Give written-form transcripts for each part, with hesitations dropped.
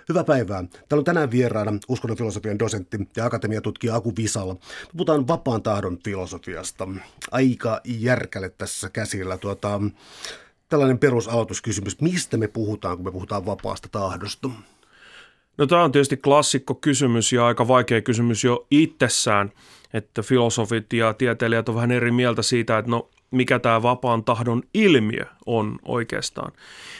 Hyvää päivää. Täällä on tänään vieraana uskonnon filosofian dosentti ja akatemiatutkija Aku Visala. Puhutaan vapaan tahdon filosofiasta. Aika järkälle tässä käsillä. Tällainen perusaloituskysymys. Mistä me puhutaan, kun me puhutaan vapaasta tahdosta? No tämä on tietysti klassikko kysymys ja aika vaikea kysymys jo itsessään, että filosofit ja tieteilijät on vähän eri mieltä siitä, että mikä tämä vapaan tahdon ilmiö on oikeastaan.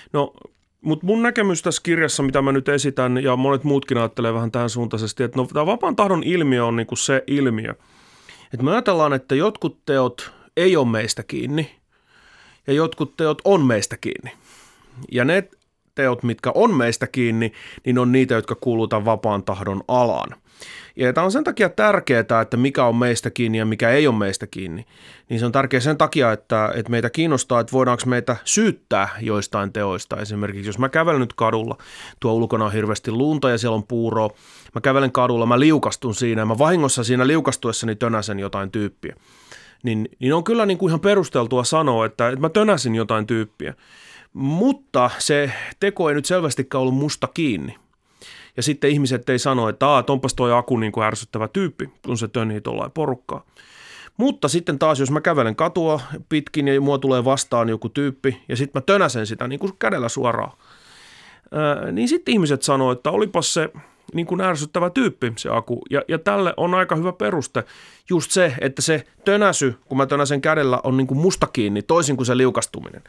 Mutta mun näkemys tässä kirjassa, mitä mä nyt esitän, ja monet muutkin ajattelee vähän tähän suuntaisesti, että tämä vapaan tahdon ilmiö on niinku se ilmiö. Että me ajatellaan, että jotkut teot ei ole meistä kiinni, ja jotkut teot on meistä kiinni. Ja ne teot, mitkä on meistä kiinni, niin on niitä, jotka kuuluu tämän vapaan tahdon alaan. Ja tämä on sen takia tärkeää, että mikä on meistä kiinni ja mikä ei ole meistä kiinni. Niin se on tärkeää sen takia, että meitä kiinnostaa, että voidaanko meitä syyttää joistain teoista. Esimerkiksi jos mä kävelen nyt kadulla, tuo ulkona on hirveästi lunta ja siellä on puuroa. Mä kävelen kadulla, mä liukastun siinä ja mä vahingossa siinä liukastuessani tönäsen jotain tyyppiä. Niin on kyllä niin kuin ihan perusteltua sanoa, että mä tönäsin jotain tyyppiä. Mutta se teko ei nyt selvästikään ollut musta kiinni. Ja sitten ihmiset ei sano, että onpas toi Aku niin kuin ärsyttävä tyyppi, kun se tönii tuollain porukkaa. Mutta sitten taas, jos mä kävelen katua pitkin ja mua tulee vastaan joku tyyppi ja sitten mä tönäsen sitä niin kuin kädellä suoraan, niin sitten ihmiset sanoo, että olipas se niin kuin ärsyttävä tyyppi se Aku. Ja tälle on aika hyvä peruste just se, että se tönäsy, kun mä tönäsen kädellä, on niin kuin musta kiinni, toisin kuin se liukastuminen.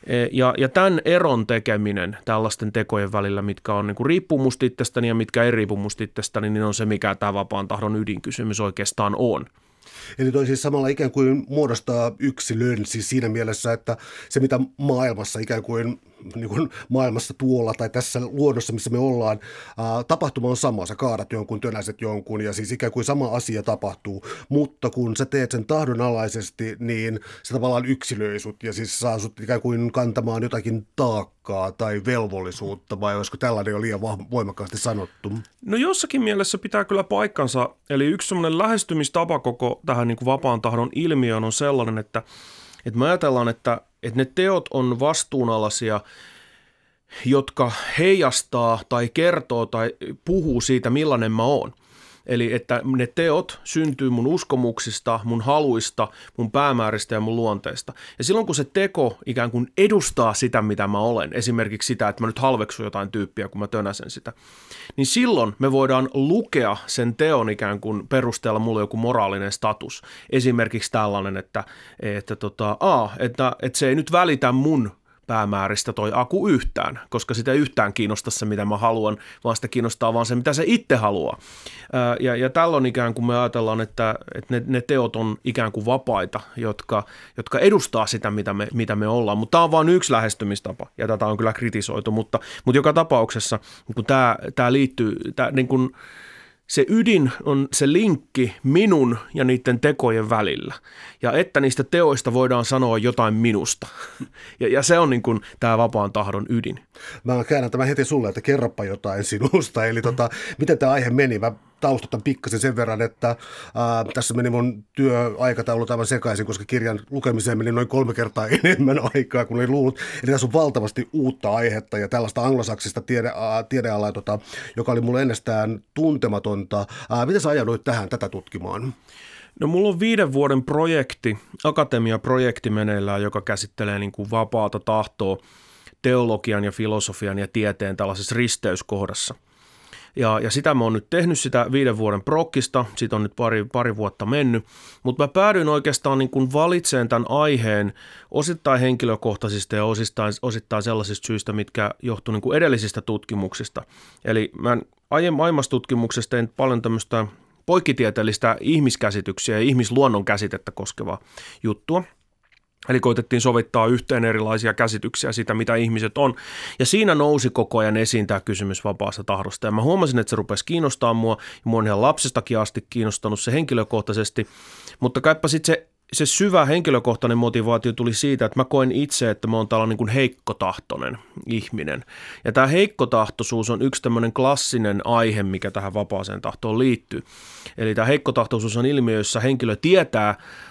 Ja tämän eron tekeminen tällaisten tekojen välillä, mitkä on niin kuin riippuu musta itsestäni ja mitkä ei riipu musta itsestäni, niin on se, mikä tämä vapaan tahdon ydinkysymys oikeastaan on. Eli toi siis samalla ikään kuin muodostaa yksilön siis siinä mielessä, että se mitä maailmassa ikään kuin, niin kuin maailmassa tuolla tai tässä luonnossa, missä me ollaan, tapahtuma on sama. Sä kaadat jonkun, tönäset jonkun ja siis ikään kuin sama asia tapahtuu, mutta kun sä teet sen tahdonalaisesti, niin se tavallaan yksilöi sut ja siis saa sut ikään kuin kantamaan jotakin taakkaa tai velvollisuutta, vai olisiko tällainen jo liian voimakkaasti sanottu? No jossakin mielessä pitää kyllä paikkansa, eli yksi semmoinen lähestymistapa koko tähän niin kuin vapaan tahdon ilmiöön on sellainen, että me ajatellaan, että ne teot on vastuunalaisia, jotka heijastaa tai kertoo tai puhuu siitä, millainen mä oon. Eli että ne teot syntyy mun uskomuksista, mun haluista, mun päämääristä ja mun luonteesta. Ja silloin kun se teko ikään kuin edustaa sitä, mitä mä olen, esimerkiksi sitä, että mä nyt halveksun jotain tyyppiä, kun mä tönäsen sitä, niin silloin me voidaan lukea sen teon ikään kuin perusteella mulle joku moraalinen status. Esimerkiksi tällainen, että se ei nyt välitä mun päämääristä toi Aku yhtään, koska sitä ei yhtään kiinnosta se, mitä mä haluan, vaan sitä kiinnostaa vaan se, mitä se itse haluaa. Ja tällöin ikään kuin me ajatellaan, että ne teot on ikään kuin vapaita, jotka edustaa sitä, mitä me ollaan. Mutta tämä on vain yksi lähestymistapa, ja tätä on kyllä kritisoitu, mutta joka tapauksessa niin tämä liittyy, niin kuin se ydin on se linkki minun ja niiden tekojen välillä. Ja että niistä teoista voidaan sanoa jotain minusta. Ja se on niin kuin tämä vapaan tahdon ydin. Mä käännän tämän heti sulle, että kerropa jotain sinusta. Eli miten tämä aihe meni? Mä taustotan pikkasen sen verran, että tässä meni mun työaikataulut aivan sekaisin, koska kirjan lukemiseen meni noin 3 kertaa enemmän aikaa kuin olin luullut. Eli tässä on valtavasti uutta aihetta ja tällaista anglosaksista tiedealaa, joka oli mulle ennestään tuntematonta. Miten sä ajaudut tätä tutkimaan? No mulla on 5 vuoden projekti, akatemiaprojekti meneillään, joka käsittelee niin kuin vapaata tahtoa teologian ja filosofian ja tieteen tällaisessa risteyskohdassa. Ja sitä mä oon nyt tehnyt, sitä 5 vuoden prokkista, siitä on nyt pari vuotta mennyt, mutta mä päädyin oikeastaan niin kuin valitsemaan tämän aiheen osittain henkilökohtaisista ja osittain sellaisista syistä, mitkä johtuu niin kuin edellisistä tutkimuksista. Eli mä aiemmassa tutkimuksessa tein paljon tämmöistä poikkitieteellistä ihmiskäsityksiä ja ihmisluonnon käsitettä koskevaa juttua. Eli koitettiin sovittaa yhteen erilaisia käsityksiä siitä, mitä ihmiset on. Ja siinä nousi koko ajan esiin tämä kysymys vapaasta tahdosta. Ja mä huomasin, että se rupesi kiinnostaa mua. Ja mua on ihan lapsestakin asti kiinnostanut se henkilökohtaisesti. Mutta kaipa sitten se syvä henkilökohtainen motivaatio tuli siitä, että mä koen itse, että mä oon tällainen niin kuin heikkotahtoinen ihminen. Ja tämä heikkotahtoisuus on yksi tämmöinen klassinen aihe, mikä tähän vapaaseen tahtoon liittyy. Eli tämä heikkotahtoisuus on ilmiö, jossa henkilö tietää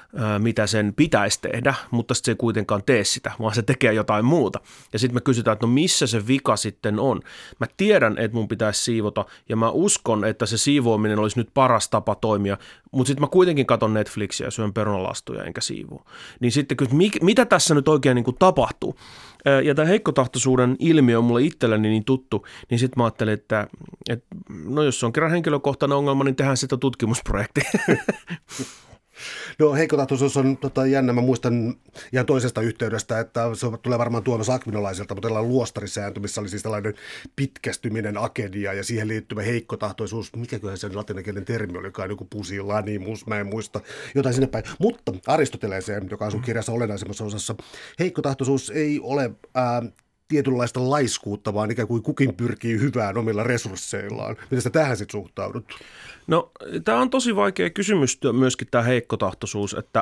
mitä sen pitäisi tehdä, mutta se ei kuitenkaan tee sitä, vaan se tekee jotain muuta. Ja sitten me kysytään, että no missä se vika sitten on. Mä tiedän, että mun pitäisi siivota ja mä uskon, että se siivoaminen olisi nyt paras tapa toimia, mutta sitten mä kuitenkin katson Netflixiä ja syön perunalastuja enkä siivoa. Niin sitten mitä tässä nyt oikein niin kuin tapahtuu? Ja tämä heikkotahtoisuuden ilmiö on mulle itselleni niin tuttu, niin sitten mä ajattelin, että no jos se on kerran henkilökohtainen ongelma, niin tehdään sitä tutkimusprojektia. No heikkotahtoisuus on jännä. Mä muistan ihan toisesta yhteydestä, että se tulee varmaan Tuomas Akvinolaiselta, mutta tällainen luostarisääntö, missä oli siis tällainen pitkästyminen akedia ja siihen liittyvä heikkotahtoisuus. Mikäköhän sen latinankielinen termi oli, joku pusilanimus, mä en muista, jotain sinne päin. Mutta Aristoteleeseen, joka on sun kirjassa olennaisemmassa osassa, heikkotahtoisuus ei ole tietynlaista laiskuutta, vaan ikään kuin kukin pyrkii hyvään omilla resursseillaan. Miten sä tähän sitten suhtaudut? No, tämä on tosi vaikea kysymys myöskin tämä heikkotahtoisuus, että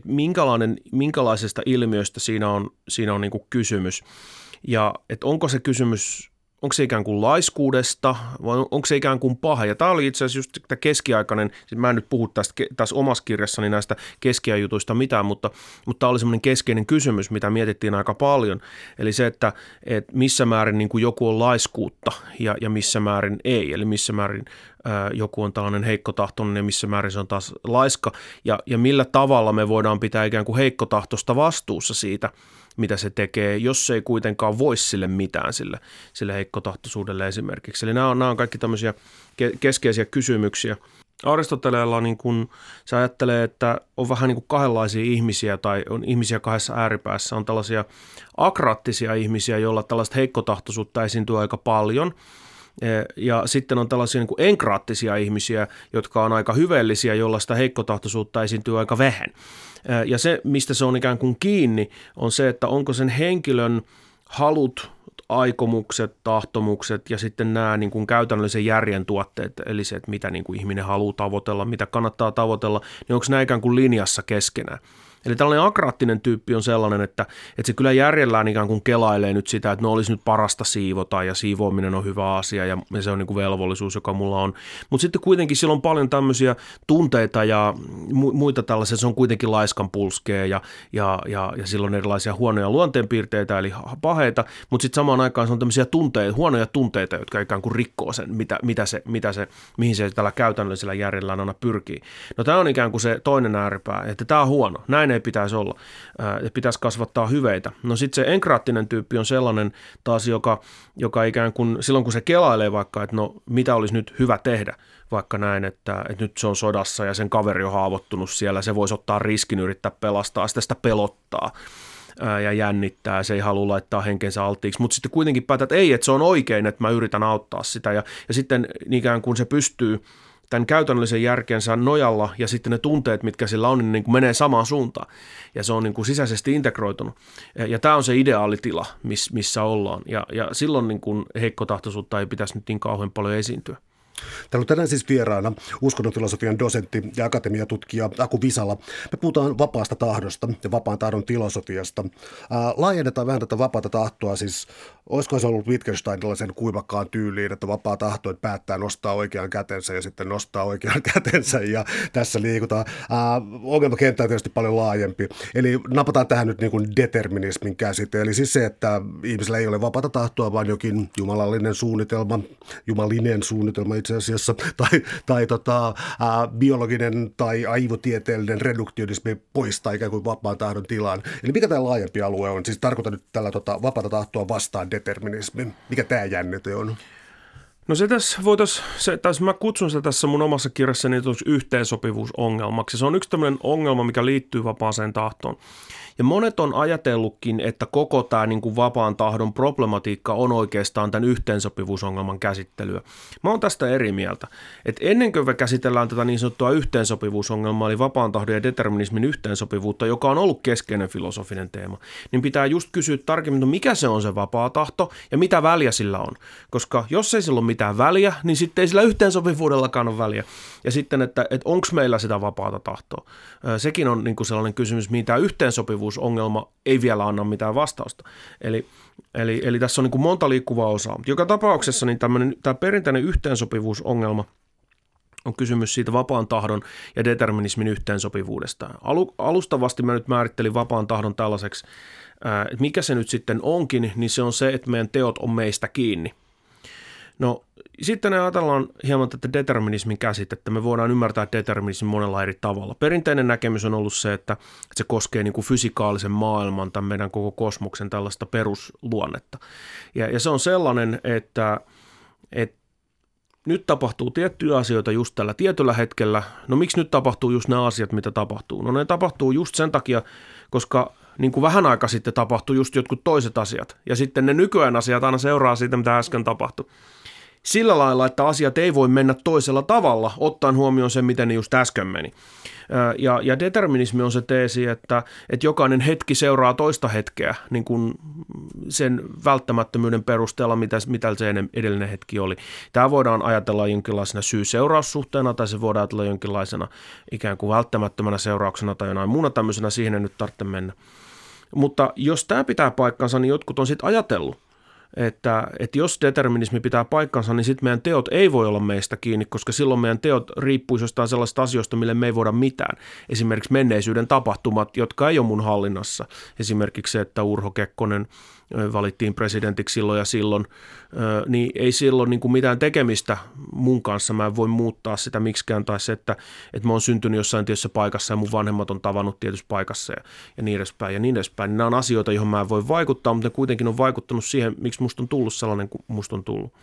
minkälaisesta ilmiöstä siinä on niin kuin kysymys ja että onko se ikään kuin laiskuudesta vai onko se ikään kuin paha? Ja tämä oli itse asiassa just tämä keskiaikainen, mä en nyt puhu tässä omassa kirjassani näistä keskiajan jutuista mitään, mutta tämä oli semmoinen keskeinen kysymys, mitä mietittiin aika paljon. Eli se, että missä määrin niin kuin joku on laiskuutta ja missä määrin ei. Eli missä määrin joku on tällainen heikkotahtoinen ja missä määrin se on taas laiska. Ja millä tavalla me voidaan pitää ikään kuin heikkotahtosta vastuussa siitä, mitä se tekee, jos se ei kuitenkaan voisi sille mitään sille heikkotahtoisuudelle esimerkiksi. Eli nämä on kaikki tämmöisiä keskeisiä kysymyksiä. Aristoteleella niin kun se ajattelee, että on vähän niin kuin kahdenlaisia ihmisiä tai on ihmisiä kahdessa ääripäässä. On tällaisia akraattisia ihmisiä, joilla tällaista heikkotahtoisuutta esiintyy aika paljon. Ja sitten on tällaisia niin kuin enkraattisia ihmisiä, jotka on aika hyveellisiä, joilla sitä heikkotahtoisuutta esiintyy aika vähän. Ja se, mistä se on ikään kuin kiinni, on se, että onko sen henkilön halut, aikomukset, tahtomukset ja sitten nämä niin kuin käytännöllisen järjen tuotteet, eli se, että mitä niin kuin ihminen haluaa tavoitella, mitä kannattaa tavoitella, niin onko nämä ikään kuin linjassa keskenään. Eli tällainen akraattinen tyyppi on sellainen, että se kyllä järjellään ikään kuin kelailee nyt sitä, että no olisi nyt parasta siivota ja siivoaminen on hyvä asia ja se on niin kuin velvollisuus, joka mulla on. Mutta sitten kuitenkin sillä on paljon tämmöisiä tunteita ja muita tällaisia, se on kuitenkin laiskan pulskea ja sillä on erilaisia huonoja luonteenpiirteitä eli paheita, mutta sitten samaan aikaan se on tämmöisiä huonoja tunteita, jotka ikään kuin rikkoo sen, mihin se tällä käytännöllisellä järjellään aina pyrkii. No tämä on ikään kuin se toinen ääripää, että tämä on huono, näin ei pitäisi olla, että pitäisi kasvattaa hyveitä. No sitten se enkraattinen tyyppi on sellainen taas, joka ikään kuin silloin kun se kelailee vaikka, että no mitä olisi nyt hyvä tehdä, vaikka näin, että nyt se on sodassa ja sen kaveri on haavoittunut siellä, se voisi ottaa riskin yrittää pelastaa, sitä pelottaa ja jännittää, se ei halua laittaa henkensä alttiiksi, mutta sitten kuitenkin päätät, että ei, että se on oikein, että mä yritän auttaa sitä ja sitten ikään kuin se pystyy tämän käytännöllisen järkensä nojalla ja sitten ne tunteet, mitkä sillä on, niin kuin menee samaan suuntaan ja se on niin kuin sisäisesti integroitunut. Ja tämä on se ideaalitila, missä ollaan ja silloin niin kuin heikkotahtoisuutta ei pitäisi nyt niin kauhean paljon esiintyä. Täällä on tänään siis vieraana uskonnonfilosofian dosentti ja akatemiatutkija Aku Visala. Me puhutaan vapaasta tahdosta ja vapaan tahdon filosofiasta. Laajennetaan vähän tätä vapaata tahtoa, siis olisiko se ollut Wittgensteinilla sen kuivakkaan tyyliin, että vapaa tahto, että päättää nostaa oikean kätensä ja sitten nostaa oikean kätensä ja tässä liikutaan. Ongelmakenttä on tietysti paljon laajempi. Eli napataan tähän nyt niin kuin determinismin käsite, eli siis se, että ihmisellä ei ole vapaata tahtoa, vaan jokin jumalallinen suunnitelma itse asiassa, tai biologinen tai aivotieteellinen reduktionismi poistaa ikään kuin vapaan tahdon tilan. Eli mikä tämä laajempi alue on? Siis tarkoitan nyt tällä vapaata tahtoa vastaan determinismi. Mikä tämä jännite on? No se mä kutsun sitä tässä mun omassa kirjassani yhteensopivuusongelmaksi. Se on yksi tämmöinen ongelma, mikä liittyy vapaaseen tahtoon. Ja monet on ajatellutkin, että koko tämä niin kuin vapaan tahdon problematiikka on oikeastaan tämän yhteensopivuusongelman käsittelyä. Mä oon tästä eri mieltä. Että ennen kuin me käsitellään tätä niin sanottua yhteensopivuusongelmaa, eli vapaan tahdon ja determinismin yhteensopivuutta, joka on ollut keskeinen filosofinen teema, niin pitää just kysyä tarkemmin, no mikä se on se vapaa tahto ja mitä väliä sillä on. Koska jos ei sillä ole mitään väliä, niin sitten ei sillä yhteensopivuudellakaan ole väliä. Ja sitten, että onko meillä sitä vapaata tahtoa. Sekin on niin kuin sellainen kysymys, mihin tämä yhteensopivuusongelma ei vielä anna mitään vastausta. Eli tässä on niin kuin monta liikkuvaa osaa. Joka tapauksessa niin tämä perinteinen yhteensopivuusongelma on kysymys siitä vapaan tahdon ja determinismin yhteensopivuudesta. Alustavasti mä nyt määrittelin vapaan tahdon tällaiseksi, että mikä se nyt sitten onkin, niin se on se, että meidän teot on meistä kiinni. No sitten ajatellaan hieman tätä determinismin käsitettä. Me voidaan ymmärtää determinismi monella eri tavalla. Perinteinen näkemys on ollut se, että se koskee niin kuin fysikaalisen maailman tai meidän koko kosmoksen tällaista perusluonnetta. Ja se on sellainen, että nyt tapahtuu tiettyjä asioita just tällä tietyllä hetkellä. No miksi nyt tapahtuu just nämä asiat, mitä tapahtuu? No ne tapahtuu just sen takia, koska niin kuin vähän aika sitten tapahtui just jotkut toiset asiat. Ja sitten ne nykyään asiat aina seuraa siitä, mitä äsken tapahtui. Sillä lailla, että asiat ei voi mennä toisella tavalla, ottaen huomioon sen, miten ne just äsken meni. Ja determinismi on se teesi, että jokainen hetki seuraa toista hetkeä niin kuin sen välttämättömyyden perusteella, mitä se edellinen hetki oli. Tämä voidaan ajatella jonkinlaisena syy-seuraussuhteena tai se voidaan ajatella jonkinlaisena ikään kuin välttämättömänä seurauksena tai jonain muuna tämmöisenä, siihen ei nyt tarvitse mennä. Mutta jos tämä pitää paikkansa, niin jotkut on sitten ajatellut, että jos determinismi pitää paikkansa, niin sitten meidän teot ei voi olla meistä kiinni, koska silloin meidän teot riippuisi jostain sellaisista asioista, mille me ei voida mitään. Esimerkiksi menneisyyden tapahtumat, jotka ei ole mun hallinnassa. Esimerkiksi se, että Urho Kekkonen valittiin presidentiksi silloin ja silloin, niin ei silloin niin kuin mitään tekemistä mun kanssa. Mä en voi muuttaa sitä miksikään, tai se, että mä oon syntynyt jossain tietyssä paikassa ja mun vanhemmat on tavannut tietyssä paikassa ja niin edespäin ja niin edespäin. Niin nämä on asioita, joihin mä en voi vaikuttaa, mutta ne kuitenkin on vaikuttanut siihen, miksi musta on tullut sellainen kuin musta on tullut.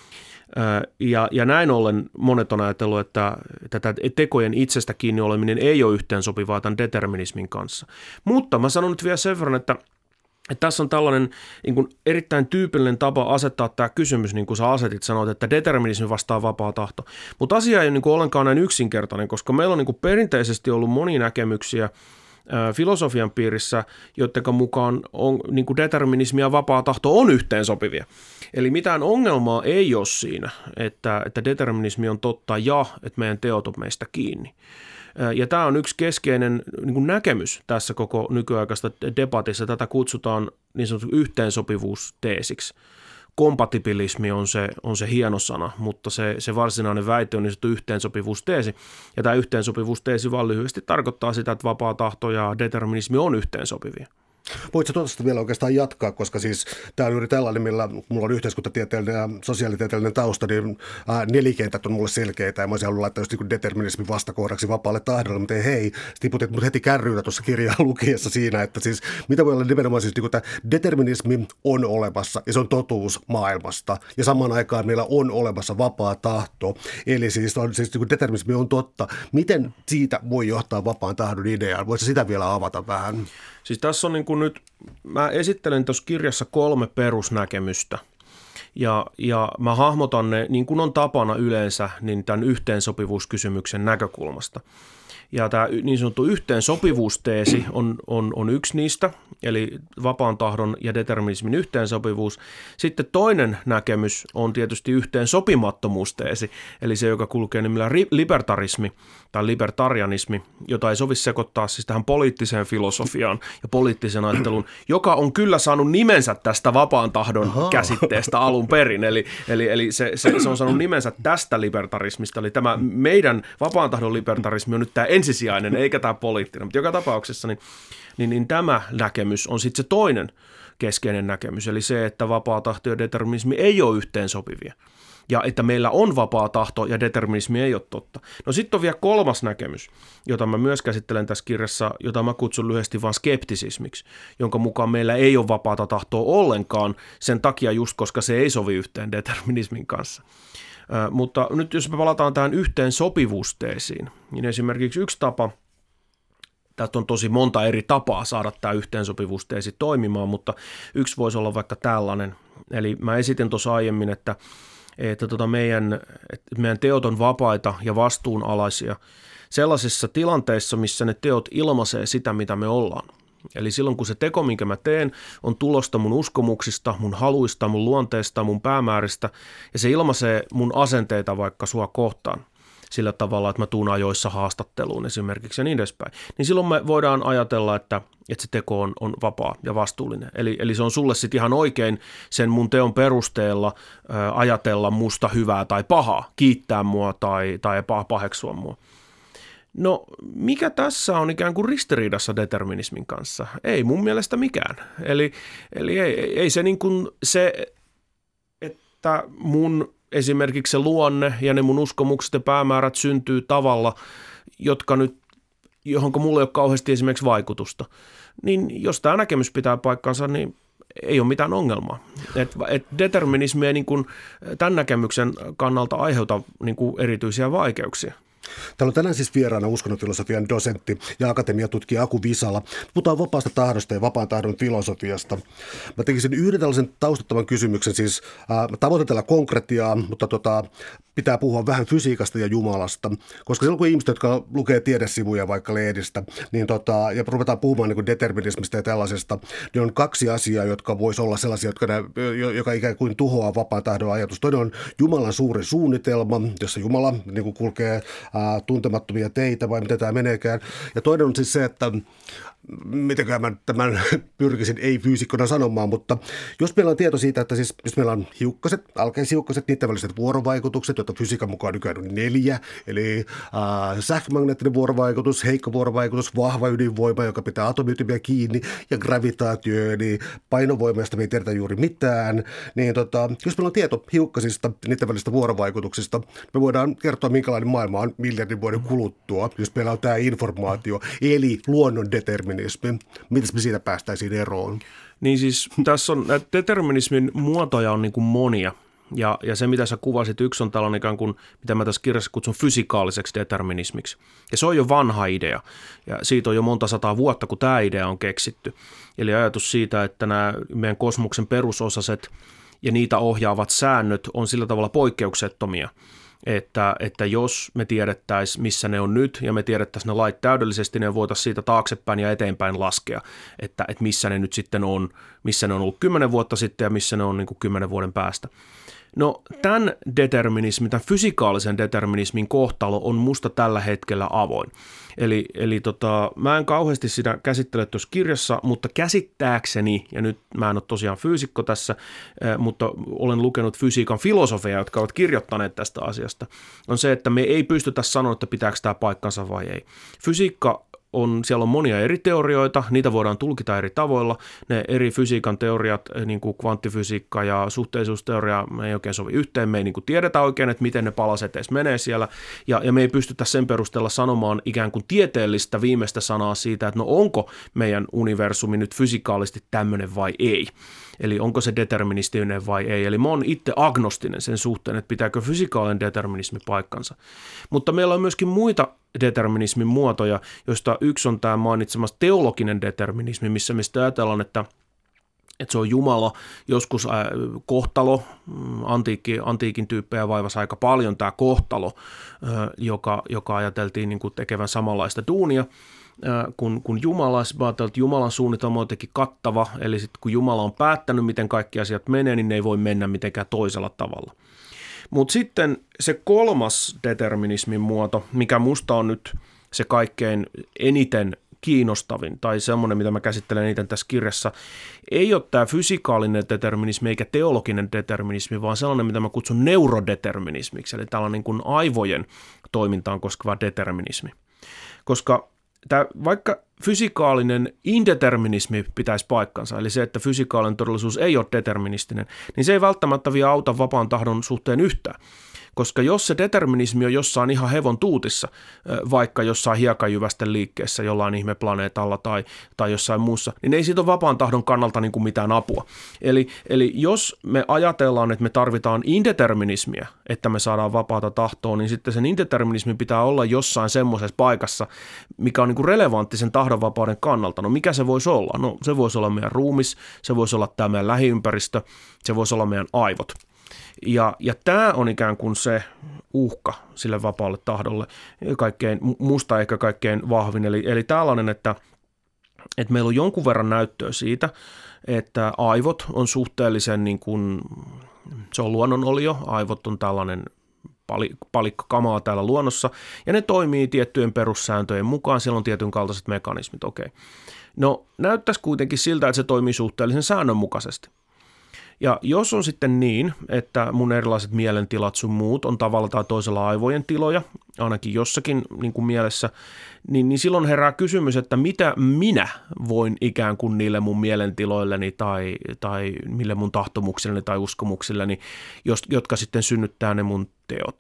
Ja näin ollen monet on ajatellut, että tätä tekojen itsestä kiinni oleminen ei ole yhteensopivaa tämän determinismin kanssa. Mutta mä sanon nyt vielä sen verran, että tässä on tällainen niin kuin erittäin tyypillinen tapa asettaa tämä kysymys, niin kuin sä asetit, sanoit, että determinismi vastaa vapaa tahto. Mutta asia ei ole niin kuin ollenkaan näin yksinkertainen, koska meillä on niin kuin perinteisesti ollut monia näkemyksiä filosofian piirissä, joiden mukaan on, niin kuin determinismi ja vapaa tahto on yhteensopivia. Eli mitään ongelmaa ei ole siinä, että determinismi on totta ja että meidän teot on meistä kiinni. Ja tämä on yksi keskeinen niin kuin näkemys tässä koko nykyaikaista debatissa. Tätä kutsutaan niin sanottu yhteensopivuusteesiksi. Kompatibilismi on se hieno sana, mutta se varsinainen väite on niin sanottu yhteensopivuusteesi. Ja tämä yhteensopivuusteesi vaan lyhyesti tarkoittaa sitä, että vapaa tahto ja determinismi on yhteensopivia. Voitko tuosta vielä oikeastaan jatkaa, koska siis tämä on juuri tällainen, millä mulla on yhteiskuntatieteellinen ja sosiaalitieteellinen tausta, niin nelikentät on mulle selkeitä ja mä olisin halunnut laittaa just niin determinismin vastakohdaksi vapaalle tahdolle, mutta hei, tiputit mut heti kärryillä tuossa kirjaa lukiessa siinä, että siis mitä voi olla nimenomaan siis niin kuin, että determinismi on olemassa ja se on totuus maailmasta ja samaan aikaan meillä on olemassa vapaa tahto, eli siis niin kuin determinismi on totta. Miten siitä voi johtaa vapaan tahdon ideaan? Voisi sitä vielä avata vähän? Siis tässä on niin kuin nyt, mä esittelen tuossa kirjassa 3 perusnäkemystä ja mä hahmotan ne, niin kuin on tapana yleensä, niin tämän yhteensopivuuskysymyksen näkökulmasta. Ja tämä niin sanottu yhteensopivuusteesi on yksi niistä, eli vapaan tahdon ja determinismin yhteensopivuus. Sitten toinen näkemys on tietysti yhteensopimattomuusteesi, eli se, joka kulkee nimellä libertarismi tai libertarianismi, jota ei sovi sekoittaa siis tähän poliittiseen filosofiaan ja poliittiseen ajatteluun, joka on kyllä saanut nimensä tästä vapaan tahdon käsitteestä alun perin. Eli se on saanut nimensä tästä libertarismista, eli tämä meidän vapaan tahdon libertarismi on nyt tämä ensisijainen, eikä tämä poliittinen, mutta joka tapauksessa niin tämä näkemys on sitten se toinen keskeinen näkemys, eli se, että vapaa tahto ja determinismi ei ole yhteensopivia, ja että meillä on vapaa tahto ja determinismi ei ole totta. No sitten on vielä 3. näkemys, jota mä myös käsittelen tässä kirjassa, jota mä kutsun lyhyesti vaan skeptisismiksi, jonka mukaan meillä ei ole vapaata tahtoa ollenkaan sen takia just, koska se ei sovi yhteen determinismin kanssa. Mutta nyt jos me palataan tähän yhteensopivuusteesiin, niin esimerkiksi yksi tapa, tästä on tosi monta eri tapaa saada tämä yhteensopivuusteesi toimimaan, mutta yksi voisi olla vaikka tällainen. Eli mä esitin tuossa aiemmin, että meidän teot on vapaita ja vastuunalaisia sellaisissa tilanteissa, missä ne teot ilmaisee sitä, mitä me ollaan. Eli silloin, kun se teko, minkä mä teen, on tulosta mun uskomuksista, mun haluista, mun luonteesta, mun päämääristä, ja se ilmaisee mun asenteita vaikka sua kohtaan. sillä tavalla, että mä tuun ajoissa haastatteluun esimerkiksi ja niin edespäin, niin silloin me voidaan ajatella, että se teko on vapaa ja vastuullinen. Eli se on sulle sitten ihan oikein sen mun teon perusteella ajatella musta hyvää tai pahaa, kiittää mua tai paheksua mua. No mikä tässä on ikään kuin ristiriidassa determinismin kanssa? Ei mun mielestä mikään. Eli ei se niin kuin se, että mun esimerkiksi se luonne ja ne mun uskomukset ja päämäärät syntyy tavalla, johonka mulla ei ole kauheasti esimerkiksi vaikutusta. Niin jos tämä näkemys pitää paikkansa, niin ei ole mitään ongelmaa. Et determinismi ei niin kuin tämän näkemyksen kannalta aiheuta niin kuin erityisiä vaikeuksia. Täällä on tänään siis vieraana uskonnonfilosofian dosentti ja akatemiatutkija Aku Visala. Puhutaan vapaasta tahdosta ja vapaan tahdon filosofiasta. Mä tekisin yhden tällaisen taustattavan kysymyksen, siis tavoitellaan konkretiaa, mutta pitää puhua vähän fysiikasta ja Jumalasta, koska silloin kun ihmiset, jotka lukee tiedesivuja vaikka lehdistä, niin ja ruvetaan puhumaan niin kuin determinismista ja tällaisesta, niin on kaksi asiaa, jotka voisi olla sellaisia, joka ikään kuin tuhoaa vapaan tahdon ajatus. Toinen on Jumalan suuri suunnitelma, jossa Jumala niin kuin kulkee tuntemattomia teitä vai miten tämä meneekään. Ja toinen on siis se, että mitenkään mä tämän pyrkisin ei-fyysikkona sanomaan, mutta jos meillä on tieto siitä, että siis jos meillä on hiukkaset, alkeishiukkaset, niiden väliset vuorovaikutukset, joita fysiikan mukaan nykyään on 4, eli sähkömagneettinen vuorovaikutus, heikko vuorovaikutus, vahva ydinvoima, joka pitää atomiytymiä kiinni, ja gravitaatio, eli painovoima, josta me ei tiedetä juuri mitään, niin jos meillä on tieto hiukkasista, niiden välisistä vuorovaikutuksista, me voidaan kertoa, minkälainen maailma on miljardin vuoden kuluttua, jos meillä on tämä informaatio, eli luonnon determinismi. Mitäs me siitä päästäisiin eroon? Niin siis tässä on näitä determinismin muotoja on niin kuin monia. Ja se, mitä sä kuvasit, yksi on tällainen ikään kuin, mitä mä tässä kirjassa kutsun fysikaaliseksi determinismiksi. Ja se on jo vanha idea. Ja siitä on jo monta sataa vuotta, kun tämä idea on keksitty. Eli ajatus siitä, että nämä meidän kosmoksen perusosaset ja niitä ohjaavat säännöt on sillä tavalla poikkeuksettomia. Että jos me tiedettäisiin, missä ne on nyt, ja me tiedettäisiin ne lait täydellisesti, niin voitaisiin siitä taaksepäin ja eteenpäin laskea, että missä ne nyt sitten on, missä ne on ollut 10 vuotta sitten ja missä ne on niin kuin 10 vuoden päästä. No tämän determinismin, tämän fysikaalisen determinismin kohtalo on musta tällä hetkellä avoin. Eli mä en kauheasti sitä käsittele tuossa kirjassa, mutta käsittääkseni, ja nyt mä en ole tosiaan fyysikko tässä, mutta olen lukenut fysiikan filosofeja, jotka ovat kirjoittaneet tästä asiasta, on se, että me ei pystytä sanoa, että pitääkö tämä paikkansa vai ei. Siellä on monia eri teorioita, niitä voidaan tulkita eri tavoilla. Ne eri fysiikan teoriat, niin kuin kvanttifysiikka ja suhteellisuusteoria, me ei oikein sovi yhteen. Me ei niin kuin tiedetä oikein, että miten ne palaset edes menee siellä. Ja me ei pystytä sen perusteella sanomaan ikään kuin tieteellistä viimeistä sanaa siitä, että no onko meidän universumi nyt fysikaalisesti tämmöinen vai ei. Eli onko se deterministinen vai ei. Eli mä oon itse agnostinen sen suhteen, että pitääkö fysikaalinen determinismi paikkansa. Mutta meillä on myöskin muita determinismin muotoja, joista yksi on tämä mainitsemassa teologinen determinismi, missä me ajatellaan, että se on Jumala, joskus kohtalo, antiikin tyyppejä vaivasi aika paljon tämä kohtalo, joka ajateltiin niin kuin tekevän samanlaista duunia kun Jumala, Jumalan suunnitelma on jotenkin kattava, eli sitten kun Jumala on päättänyt, miten kaikki asiat menee, niin ne ei voi mennä mitenkään toisella tavalla. Mutta sitten se kolmas determinismin muoto, mikä musta on nyt se kaikkein eniten kiinnostavin, tai semmoinen, mitä mä käsittelen eniten tässä kirjassa, ei ole tämä fysikaalinen determinismi eikä teologinen determinismi, vaan sellainen, mitä mä kutsun neurodeterminismiksi, eli tällainen niin kuin aivojen toimintaan koskeva determinismi. Koska vaikka fysikaalinen indeterminismi pitäisi paikkansa, eli se, että fysikaalinen todellisuus ei ole deterministinen, niin se ei välttämättä vielä auta vapaan tahdon suhteen yhtään. Koska jos se determinismi on jossain ihan hevon tuutissa, vaikka jossain hiekanjyvästen liikkeessä jollain ihmeplaneetalla tai jossain muussa, niin ei siitä ole vapaan tahdon kannalta niin kuin mitään apua. Eli jos me ajatellaan, että me tarvitaan indeterminismiä, että me saadaan vapaata tahtoa, niin sitten sen indeterminismin pitää olla jossain semmoisessa paikassa, mikä on niin kuin relevantti sen tahdonvapauden kannalta. No mikä se voisi olla? No se voisi olla meidän ruumis, se voisi olla tämä meidän lähiympäristö, se voisi olla meidän aivot. Ja tämä on ikään kuin se uhka sille vapaalle tahdolle, musta ehkä kaikkein vahvin. Eli tällainen, että meillä on jonkun verran näyttöä siitä, että aivot on suhteellisen, niin kuin, se on luonnonolio, aivot on tällainen palikka kamaa täällä luonnossa, ja ne toimii tiettyjen perussääntöjen mukaan, siellä on tietyn kaltaiset mekanismit, okei. No näyttäisi kuitenkin siltä, että se toimii suhteellisen säännönmukaisesti. Ja jos on sitten niin, että mun erilaiset mielentilat sun muut on tavalla tai toisella aivojen tiloja, ainakin jossakin niin kuin mielessä, niin silloin herää kysymys, että mitä minä voin ikään kuin niille mun mielentiloilleni tai mille mun tahtomuksilleni tai uskomuksilleni, jotka sitten synnyttää ne mun teot.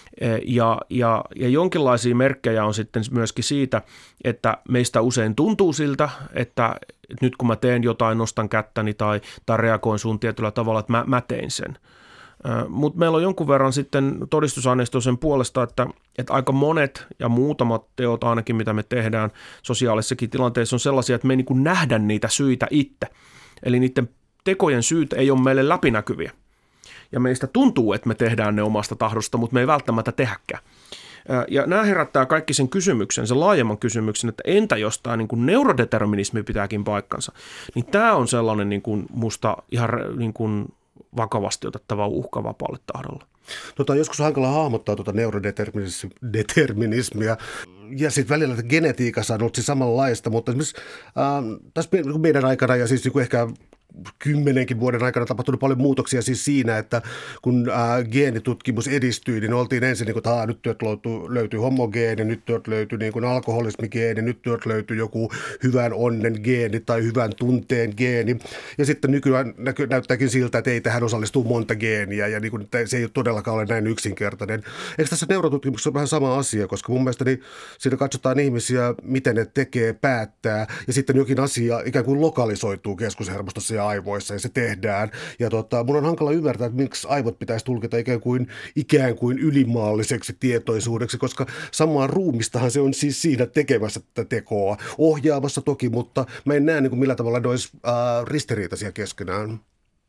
Ja jonkinlaisia merkkejä on sitten myöskin siitä, että meistä usein tuntuu siltä, että nyt kun mä teen jotain, nostan kättäni tai reagoin sun tietyllä tavalla, että mä tein sen. Mutta meillä on jonkun verran sitten todistusaineistoa sen puolesta, että aika monet ja muutamat teot ainakin, mitä me tehdään sosiaalisissakin tilanteissa, on sellaisia, että me ei niin kuin nähdä niitä syitä itse. Eli niiden tekojen syyt ei ole meille läpinäkyviä. Ja meistä tuntuu, että me tehdään ne omasta tahdosta, mutta me ei välttämättä tehdäkään. Ja nämä herättää kaikki sen kysymyksen, sen laajemman kysymyksen, että entä jos tämä niin kuin neurodeterminismi pitääkin paikkansa. Niin tämä on sellainen niin kuin musta ihan niin kuin vakavasti otettava uhka vapaalle tahdolle. On joskus hankala hahmottaa neurodeterminismia. Ja sitten välillä genetiikassa on ollut siis samanlaista, mutta esimerkiksi tässä meidän aikana ja siis ehkä 10 vuoden aikana tapahtunut paljon muutoksia siis siinä, että kun geenitutkimus edistyi, niin oltiin ensin niin kuin, että nyt työt löytyy homogeeni, nyt työt löytyy niin kuin alkoholismigeeni, nyt työt löytyy joku hyvän onnen geeni tai hyvän tunteen geeni. Ja sitten nykyään näyttääkin siltä, että ei tähän osallistuu monta geeniä ja niin kuin, se ei todellakaan ole näin yksinkertainen. Eikö tässä neurotutkimuksessa ole vähän sama asia, koska mun mielestä niin siinä katsotaan ihmisiä, miten ne tekee, päättää ja sitten jokin asia ikään kuin lokalisoituu keskushermostossa ja aivoissa ja se tehdään. Ja mun on hankala ymmärtää, että miksi aivot pitäisi tulkita ikään kuin ylimaalliseksi tietoisuudeksi, koska samaa ruumistahan se on siis siinä tekemässä tätä tekoa. Ohjaamassa toki, mutta mä en näe niin kuin millä tavalla ne olisi ristiriitaisia keskenään.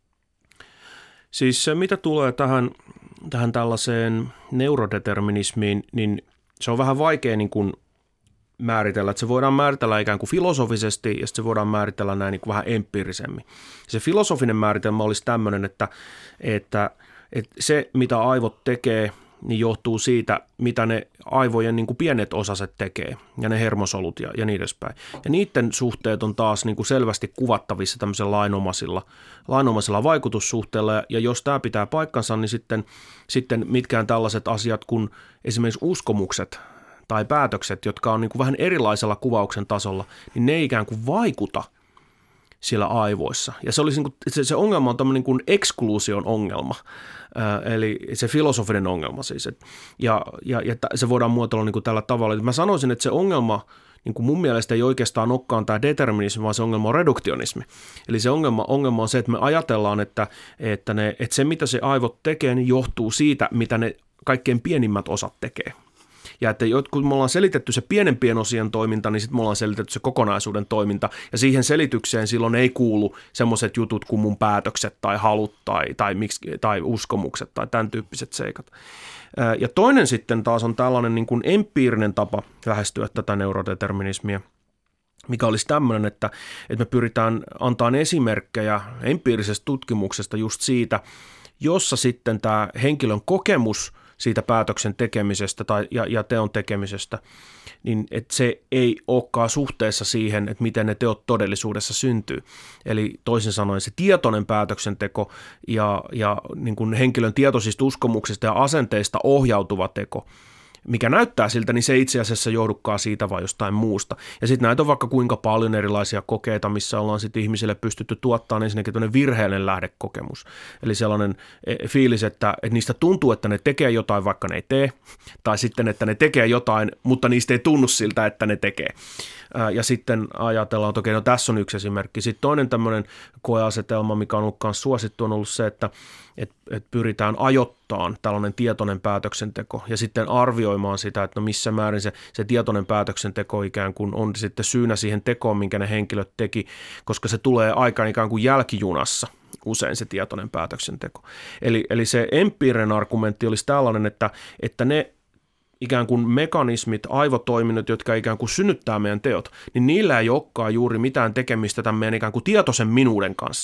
Siis se, mitä tulee tähän tällaiseen neurodeterminismiin, niin se on vähän vaikea niin kuin määritellä, että se voidaan määritellä ikään kuin filosofisesti ja se voidaan määritellä näin niin kuin vähän empiirisemmin. Se filosofinen määritelmä olisi tämmöinen, että se mitä aivot tekee, niin johtuu siitä, mitä ne aivojen niin kuin pienet osaset tekee ja ne hermosolut ja niin edespäin. Ja niiden suhteet on taas niin kuin selvästi kuvattavissa tämmöisellä lainomaisella vaikutussuhteella ja jos tämä pitää paikkansa, niin sitten mitkään tällaiset asiat kuin esimerkiksi uskomukset tai päätökset, jotka on niin kuin vähän erilaisella kuvauksen tasolla, niin ne ei ikään kuin vaikuta siellä aivoissa. Ja se, olisi niin kuin, se ongelma on tämmöinen niin kuin ekskluusion ongelma, eli se filosofinen ongelma siis. Ja se voidaan muotoilla niin kuin tällä tavalla. Mä sanoisin, että se ongelma niin kuin mun mielestä ei oikeastaan olekaan tämä determinismi, vaan se ongelma on reduktionismi. Eli se ongelma on se, että me ajatellaan, että se mitä se aivot tekee, niin johtuu siitä, mitä ne kaikkein pienimmät osat tekee. Ja että kun me ollaan selitetty se pienempien osien toiminta, niin sitten me ollaan selitetty se kokonaisuuden toiminta. Ja siihen selitykseen silloin ei kuulu semmoiset jutut kuin mun päätökset tai halut tai uskomukset tai tämän tyyppiset seikat. Ja toinen sitten taas on tällainen niin kuin empiirinen tapa lähestyä tätä neurodeterminismia, mikä olisi tämmöinen, että me pyritään antamaan esimerkkejä empiirisestä tutkimuksesta just siitä, jossa sitten tämä henkilön kokemus siitä päätöksen tekemisestä ja teon tekemisestä, niin että se ei olekaan suhteessa siihen, että miten ne teot todellisuudessa syntyy. Eli toisin sanoen se tietoinen päätöksenteko ja niin kuin henkilön tietoisista uskomuksista ja asenteista ohjautuva teko, mikä näyttää siltä, niin se itse asiassa johdukaan siitä vai jostain muusta. Ja sitten näitä on vaikka kuinka paljon erilaisia kokeita, missä ollaan sitten ihmisille pystytty tuottamaan ensinnäkin tuonne virheellinen lähdekokemus. Eli sellainen fiilis, että niistä tuntuu, että ne tekee jotain, vaikka ne ei tee, tai sitten, että ne tekee jotain, mutta niistä ei tunnu siltä, että ne tekee. Ja sitten ajatellaan, että okei, no tässä on yksi esimerkki. Sitten toinen tämmöinen koeasetelma, mikä on ollut myös suosittu, on ollut se, että pyritään ajoittamaan tällainen tietoinen päätöksenteko ja sitten arvioimaan sitä, että no missä määrin se tietoinen päätöksenteko ikään kuin on sitten syynä siihen tekoon, minkä ne henkilöt teki, koska se tulee aika ikään kuin jälkijunassa usein se tietoinen päätöksenteko. Eli se empiirinen argumentti olisi tällainen, että ne ikään kuin mekanismit, aivotoiminnot, jotka ikään kuin synnyttää meidän teot, niin niillä ei olekaan juuri mitään tekemistä tämän meidän ikään kuin tietoisen minuuden kanssa.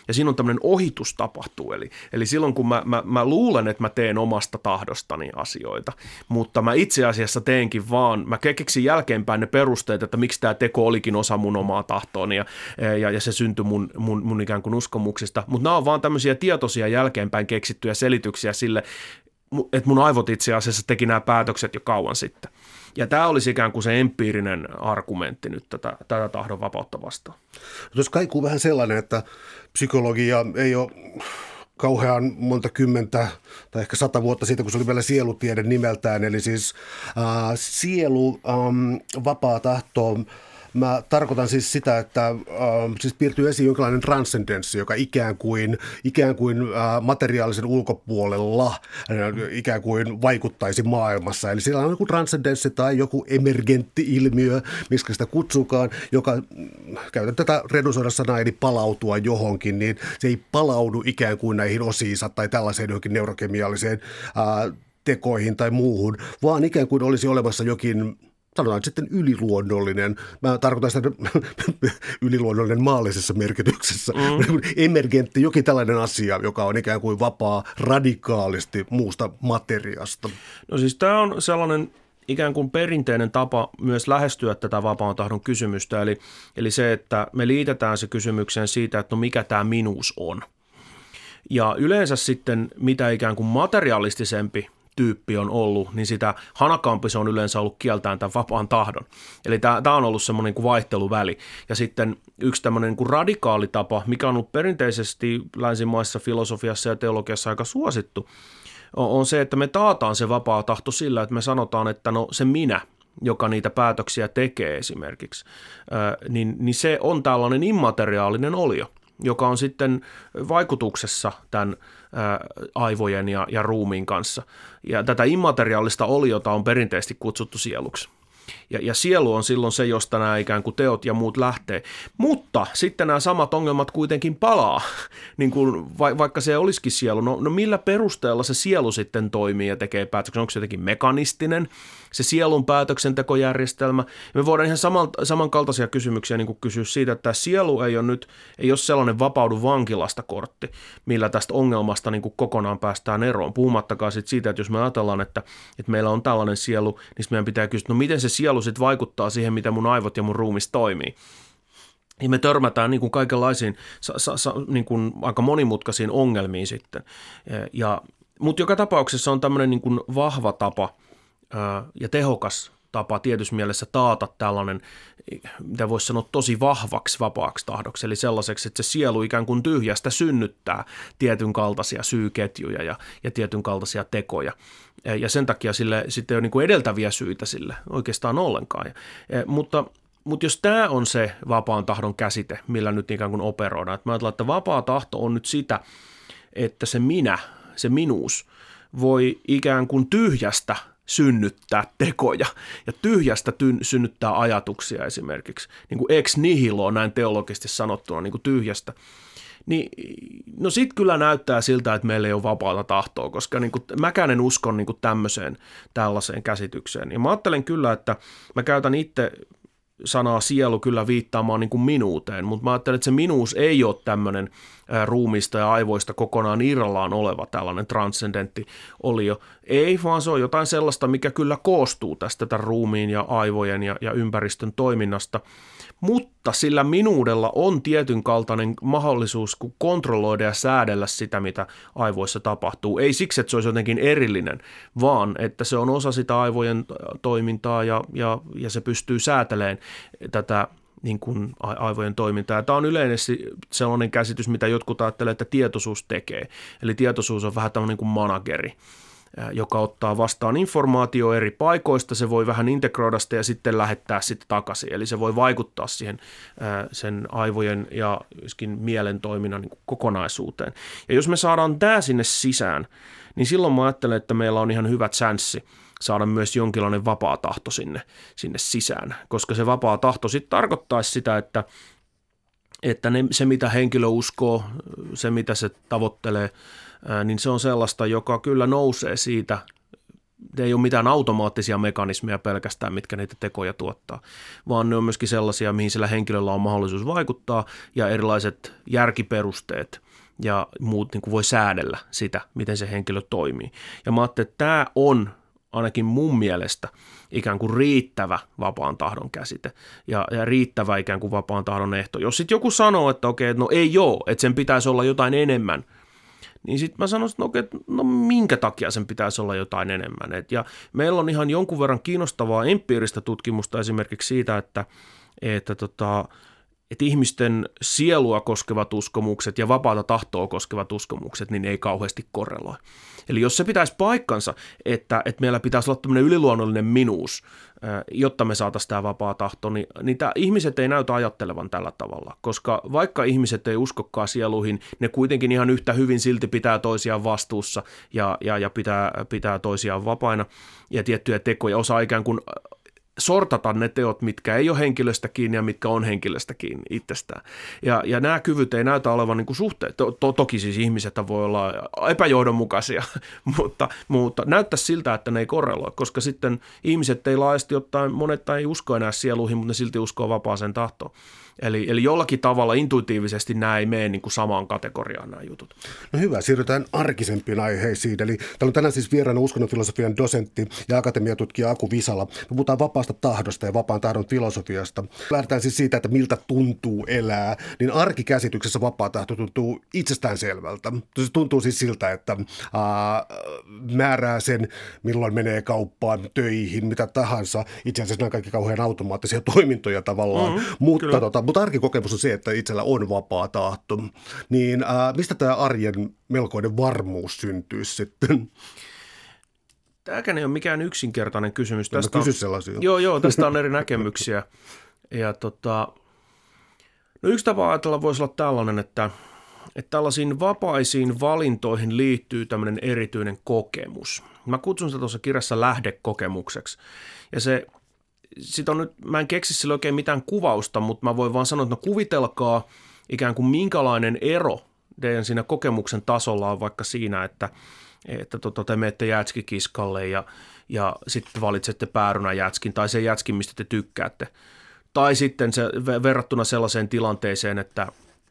Ja siinä on tämmöinen ohitus tapahtuu. Eli silloin kun mä luulen, että mä teen omasta tahdostani asioita, mutta mä itse asiassa teenkin vaan, mä keksin jälkeenpäin ne perusteet, että miksi tämä teko olikin osa mun omaa tahtoani ja se syntyi mun ikään kuin uskomuksista. Mutta nämä on vaan tämmöisiä tietoisia jälkeenpäin keksittyjä selityksiä sille, että mun aivot itse asiassa teki nämä päätökset jo kauan sitten. Ja tämä olisi ikään kuin se empiirinen argumentti nyt tätä tahdon vapautta vastaan. Tuossa kaikuu vähän sellainen, että psykologia ei ole kauhean monta kymmentä tai ehkä 100 vuotta siitä, kun se oli vielä sielutiede nimeltään. Eli siis sielu, vapaa tahto. Mä tarkoitan siis sitä, että siis piirtyy esiin jonkinlainen transcendenssi, joka ikään kuin materiaalisen ulkopuolella ikään kuin vaikuttaisi maailmassa. Eli siellä on joku transcendenssi tai joku emergentti ilmiö, miksi sitä kutsukaan, joka, käytän tätä redusoida sanaa, eli palautua johonkin, niin se ei palaudu ikään kuin näihin osiinsa tai tällaiseen johonkin neurokemialliseen tekoihin tai muuhun, vaan ikään kuin olisi olemassa jokin, sanotaan sitten yliluonnollinen, mä tarkoitan sitä yliluonnollinen maallisessa merkityksessä, emergentti, jokin tällainen asia, joka on ikään kuin vapaa radikaalisti muusta materiasta. No siis tämä on sellainen ikään kuin perinteinen tapa myös lähestyä tätä vapaan tahdon kysymystä, eli se, että me liitetään se kysymykseen siitä, että no mikä tämä minuus on. Ja yleensä sitten mitä ikään kuin materialistisempi tyyppi on ollut, niin sitä hanakampi se on yleensä ollut kieltään tämän vapaan tahdon. Eli tämä on ollut semmoinen kuin vaihteluväli. Ja sitten yksi tämmöinen kuin radikaali tapa, mikä on ollut perinteisesti länsimaissa filosofiassa ja teologiassa aika suosittu, on se, että me taataan se vapaa tahto sillä, että me sanotaan, että no se minä, joka niitä päätöksiä tekee esimerkiksi, niin se on tällainen immateriaalinen olio, joka on sitten vaikutuksessa tämän aivojen ja ruumiin kanssa. Ja tätä immateriaalista oliota on perinteisesti kutsuttu sieluksi. Ja sielu on silloin se, josta nämä ikään kuin teot ja muut lähtee. Mutta sitten nämä samat ongelmat kuitenkin palaa, niin kuin vaikka se olisikin sielu. No millä perusteella se sielu sitten toimii ja tekee päätöksen? Onko se jotenkin mekanistinen, se sielun päätöksentekojärjestelmä? Me voidaan ihan samankaltaisia kysymyksiä niin kuin kysyä siitä, että tämä sielu ei ole sellainen vapaudu vankilasta kortti, millä tästä ongelmasta niin kuin kokonaan päästään eroon. Puhumattakaan siitä, että jos me ajatellaan, että meillä on tällainen sielu, niin meidän pitää kysyä, no miten se sielu sitten vaikuttaa siihen, miten mun aivot ja mun ruumis toimii. Ja me törmätään niin kuin kaikenlaisiin niin kuin aika monimutkaisiin ongelmiin sitten. Mutta joka tapauksessa on tämmöinen niin kuin vahva tapa ja tehokas tapa tietyssä mielessä taata tällainen, mitä voisi sanoa, tosi vahvaksi vapaaksi tahdoksi, eli sellaiseksi, että se sielu ikään kuin tyhjästä synnyttää tietyn kaltaisia syyketjuja ja tietyn kaltaisia tekoja. Ja sen takia sille sitten ei ole niin kuin edeltäviä syitä sille oikeastaan ollenkaan. Mutta jos tämä on se vapaan tahdon käsite, millä nyt ikään kuin operoidaan, että mä ajattelen, että vapaa tahto on nyt sitä, että se minä, se minuus, voi ikään kuin tyhjästä synnyttää tekoja ja tyhjästä synnyttää ajatuksia esimerkiksi, niin kuin ex nihilo on näin teologisesti sanottuna, niin kuin tyhjästä. No sit kyllä näyttää siltä, että meillä ei ole vapaata tahtoa, koska niin kuin, mäkään en uskon niin kuin tällaiseen käsitykseen. Ja mä ajattelen kyllä, että mä käytän itse sanaa sielu kyllä viittaamaan niin kuin minuuteen, mutta mä ajattelen, että se minuus ei ole tämmöinen ruumiista ja aivoista kokonaan irrallaan oleva tällainen transcendentti olio. Ei, vaan se on jotain sellaista, mikä kyllä koostuu tästä tämän ruumiin ja aivojen ja ympäristön toiminnasta. Mutta sillä minuudella on tietyn kaltainen mahdollisuus kontrolloida ja säädellä sitä, mitä aivoissa tapahtuu. Ei siksi, että se olisi jotenkin erillinen, vaan että se on osa sitä aivojen toimintaa ja se pystyy säätelemään tätä niin kuin aivojen toimintaa. Tämä on yleisesti sellainen käsitys, mitä jotkut ajattelevat, että tietoisuus tekee. Eli tietoisuus on vähän tämmöinen niin kuin manageri, joka ottaa vastaan informaatio eri paikoista, se voi vähän integroida sitä ja sitten lähettää sitten takaisin. Eli se voi vaikuttaa siihen sen aivojen ja mielen toiminnan niin kuin kokonaisuuteen. Ja jos me saadaan tämä sinne sisään, niin silloin mä ajattelen, että meillä on ihan hyvä chanssi saada myös jonkinlainen vapaa tahto sinne sisään, koska se vapaa tahto sitten tarkoittaisi sitä, että se mitä henkilö uskoo, se mitä se tavoittelee, niin se on sellaista, joka kyllä nousee siitä ei ole mitään automaattisia mekanismeja pelkästään, mitkä niitä tekoja tuottaa, vaan ne on myöskin sellaisia, mihin sillä henkilöllä on mahdollisuus vaikuttaa ja erilaiset järkiperusteet ja muut niin kuin voi säädellä sitä, miten se henkilö toimii. Ja mä ajattelin, että tämä on ainakin mun mielestä ikään kuin riittävä vapaan tahdon käsite ja riittävä ikään kuin vapaan tahdon ehto. Jos sitten joku sanoo, että okei, no ei ole, että sen pitäisi olla jotain enemmän, niin sitten mä sanoisin, että okei, no minkä takia sen pitäisi olla jotain enemmän. Ja meillä on ihan jonkun verran kiinnostavaa empiiristä tutkimusta esimerkiksi siitä, että ihmisten sielua koskevat uskomukset ja vapaata tahtoa koskevat uskomukset, niin ei kauheasti korreloi. Eli jos se pitäisi paikkansa, että meillä pitäisi olla tämmöinen yliluonnollinen minuus, jotta me saataisiin tämä vapaa tahto, niin ihmiset ei näytä ajattelevan tällä tavalla, koska vaikka ihmiset ei uskokaan sieluihin, ne kuitenkin ihan yhtä hyvin silti pitää toisiaan vastuussa ja pitää toisiaan vapaina ja tiettyjä tekoja osaa ikään kuin sortata ne teot, mitkä ei ole henkilöstä kiinni ja mitkä on henkilöstä kiinni itsestään. Ja nämä kyvyt ei näytä olevan niin kuin suhteet. Toki siis ihmiset voi olla epäjohdonmukaisia, mutta näyttää siltä, että ne ei korreloi, koska sitten ihmiset ei laajasti ottaen, monet ei usko enää sieluihin, mutta ne silti uskoo vapaaseen tahtoon. Eli jollakin tavalla intuitiivisesti nämä ei mene niin kuin samaan kategoriaan nämä jutut. No hyvä, siirrytään arkisempiin aiheisiin. Eli täällä on tänään siis vieraana uskonnonfilosofian dosentti ja akatemiatutkija Aku Visala. Me puhutaan vapaasta tahdosta ja vapaan tahdon filosofiasta. Lähdetään siis siitä, että miltä tuntuu elää. Niin arkikäsityksessä vapaa tahto tuntuu itsestäänselvältä. Se tuntuu siis siltä, että määrää sen, milloin menee kauppaan, töihin, mitä tahansa. Itse asiassa nämä kaikki kauhean automaattisia toimintoja tavallaan. Mutta arkikokemus on se, että itsellä on vapaa tahto. Niin mistä tämä arjen melkoinen varmuus syntyisi sitten? Tämäkään ei ole mikään yksinkertainen kysymys. Tästä kysy sellaisia. Joo, tästä on eri näkemyksiä. Ja no yksi tapa ajatella voisi olla tällainen, että tällaisiin vapaisiin valintoihin liittyy tämmöinen erityinen kokemus. Mä kutsun sitä tuossa kirjassa lähdekokemukseksi. Ja sitä on nyt, mä en keksi sille oikein mitään kuvausta, mutta mä voin vaan sanoa, että no kuvitelkaa ikään kuin minkälainen ero teidän siinä kokemuksen tasolla on vaikka siinä, että te menette jätskikiskalle ja sitten valitsette päärynäjätskin tai sen jätskin, mistä te tykkäätte. Tai sitten verrattuna sellaiseen tilanteeseen, että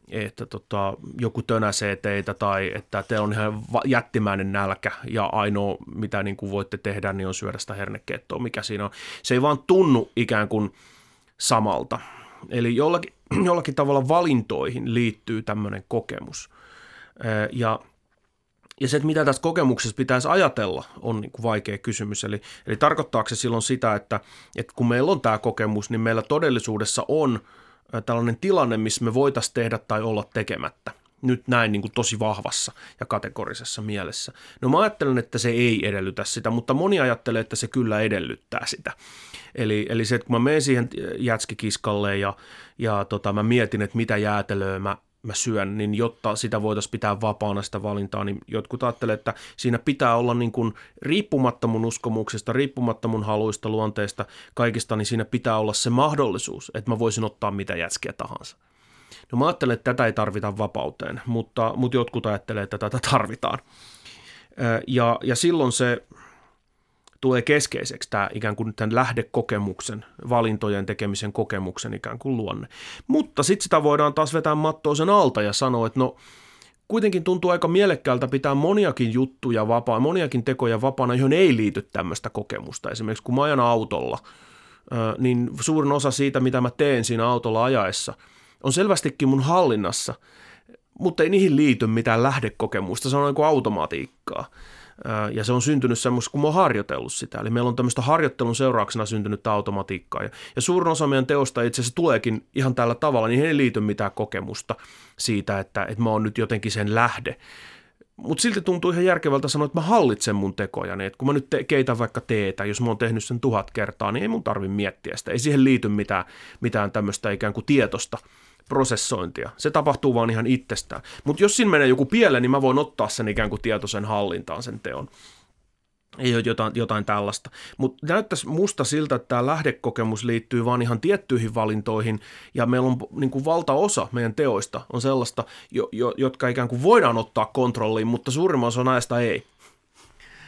joku tönäsee teitä tai että teillä on ihan jättimäinen nälkä ja ainoa mitä niin kuin voitte tehdä niin on syödä sitä hernekettoa, mikä siinä on. Se ei vaan tunnu ikään kuin samalta. Eli jollakin tavalla valintoihin liittyy tämmöinen kokemus. Ja se, että mitä tästä kokemuksesta pitäisi ajatella, on niin kuin vaikea kysymys. Eli tarkoittaako se silloin sitä, että kun meillä on tämä kokemus, niin meillä todellisuudessa on tällainen tilanne, missä me voitaisiin tehdä tai olla tekemättä. Nyt näin niin kuin tosi vahvassa ja kategorisessa mielessä. No mä ajattelen, että se ei edellytä sitä, mutta moni ajattelee, että se kyllä edellyttää sitä. Eli se, että kun mä menen siihen jätskikiskalle ja mä mietin, että mitä jäätelöä mä syön, niin jotta sitä voitaisiin pitää vapaana sitä valintaa, niin jotkut ajattelee, että siinä pitää olla niin kuin riippumatta mun uskomuksesta, riippumatta mun haluista, luonteesta, kaikista, niin siinä pitää olla se mahdollisuus, että mä voisin ottaa mitä jätskiä tahansa. No mä ajattelen, että tätä ei tarvita vapauteen, mutta jotkut ajattelee, että tätä tarvitaan. Ja silloin se tulee keskeiseksi tämä ikään kuin tämän lähdekokemuksen, valintojen tekemisen kokemuksen ikään kuin luonne. Mutta sitten sitä voidaan taas vetää mattoa sen alta ja sanoa, että no kuitenkin tuntuu aika mielekkäältä pitää moniakin juttuja moniakin tekoja vapaana, johon ei liity tämmöistä kokemusta. Esimerkiksi kun mä ajan autolla, niin suurin osa siitä, mitä mä teen siinä autolla ajaessa, on selvästikin mun hallinnassa, mutta ei niihin liity mitään lähdekokemusta, se on niin kuin automatiikkaa. Ja se on syntynyt semmoista, kun mä oon harjoitellut sitä. Eli meillä on tämmöistä harjoittelun seurauksena syntynyttä automatiikkaa. Ja suurin osa meidän teosta itse asiassa tuleekin ihan tällä tavalla, niin ei liity mitään kokemusta siitä, että mä oon nyt jotenkin sen lähde. Mutta silti tuntuu ihan järkevältä sanoa, että mä hallitsen mun tekojani. Että kun mä nyt keitän vaikka teetä, jos mä oon tehnyt sen 1000 kertaa, niin ei mun tarvi miettiä sitä. Ei siihen liity mitään tämmöistä ikään kuin tietosta prosessointia. Se tapahtuu vaan ihan itsestään. Mutta jos siinä menee joku pieleen, niin mä voin ottaa sen ikään kuin tietoisen hallintaan sen teon. Ei ole jotain tällaista. Mutta näyttäisi musta siltä, että tämä lähdekokemus liittyy vaan ihan tiettyihin valintoihin, ja meillä on niin kuin valtaosa meidän teoista on sellaista, jotka ikään kuin voidaan ottaa kontrolliin, mutta suurimman osa näistä ei.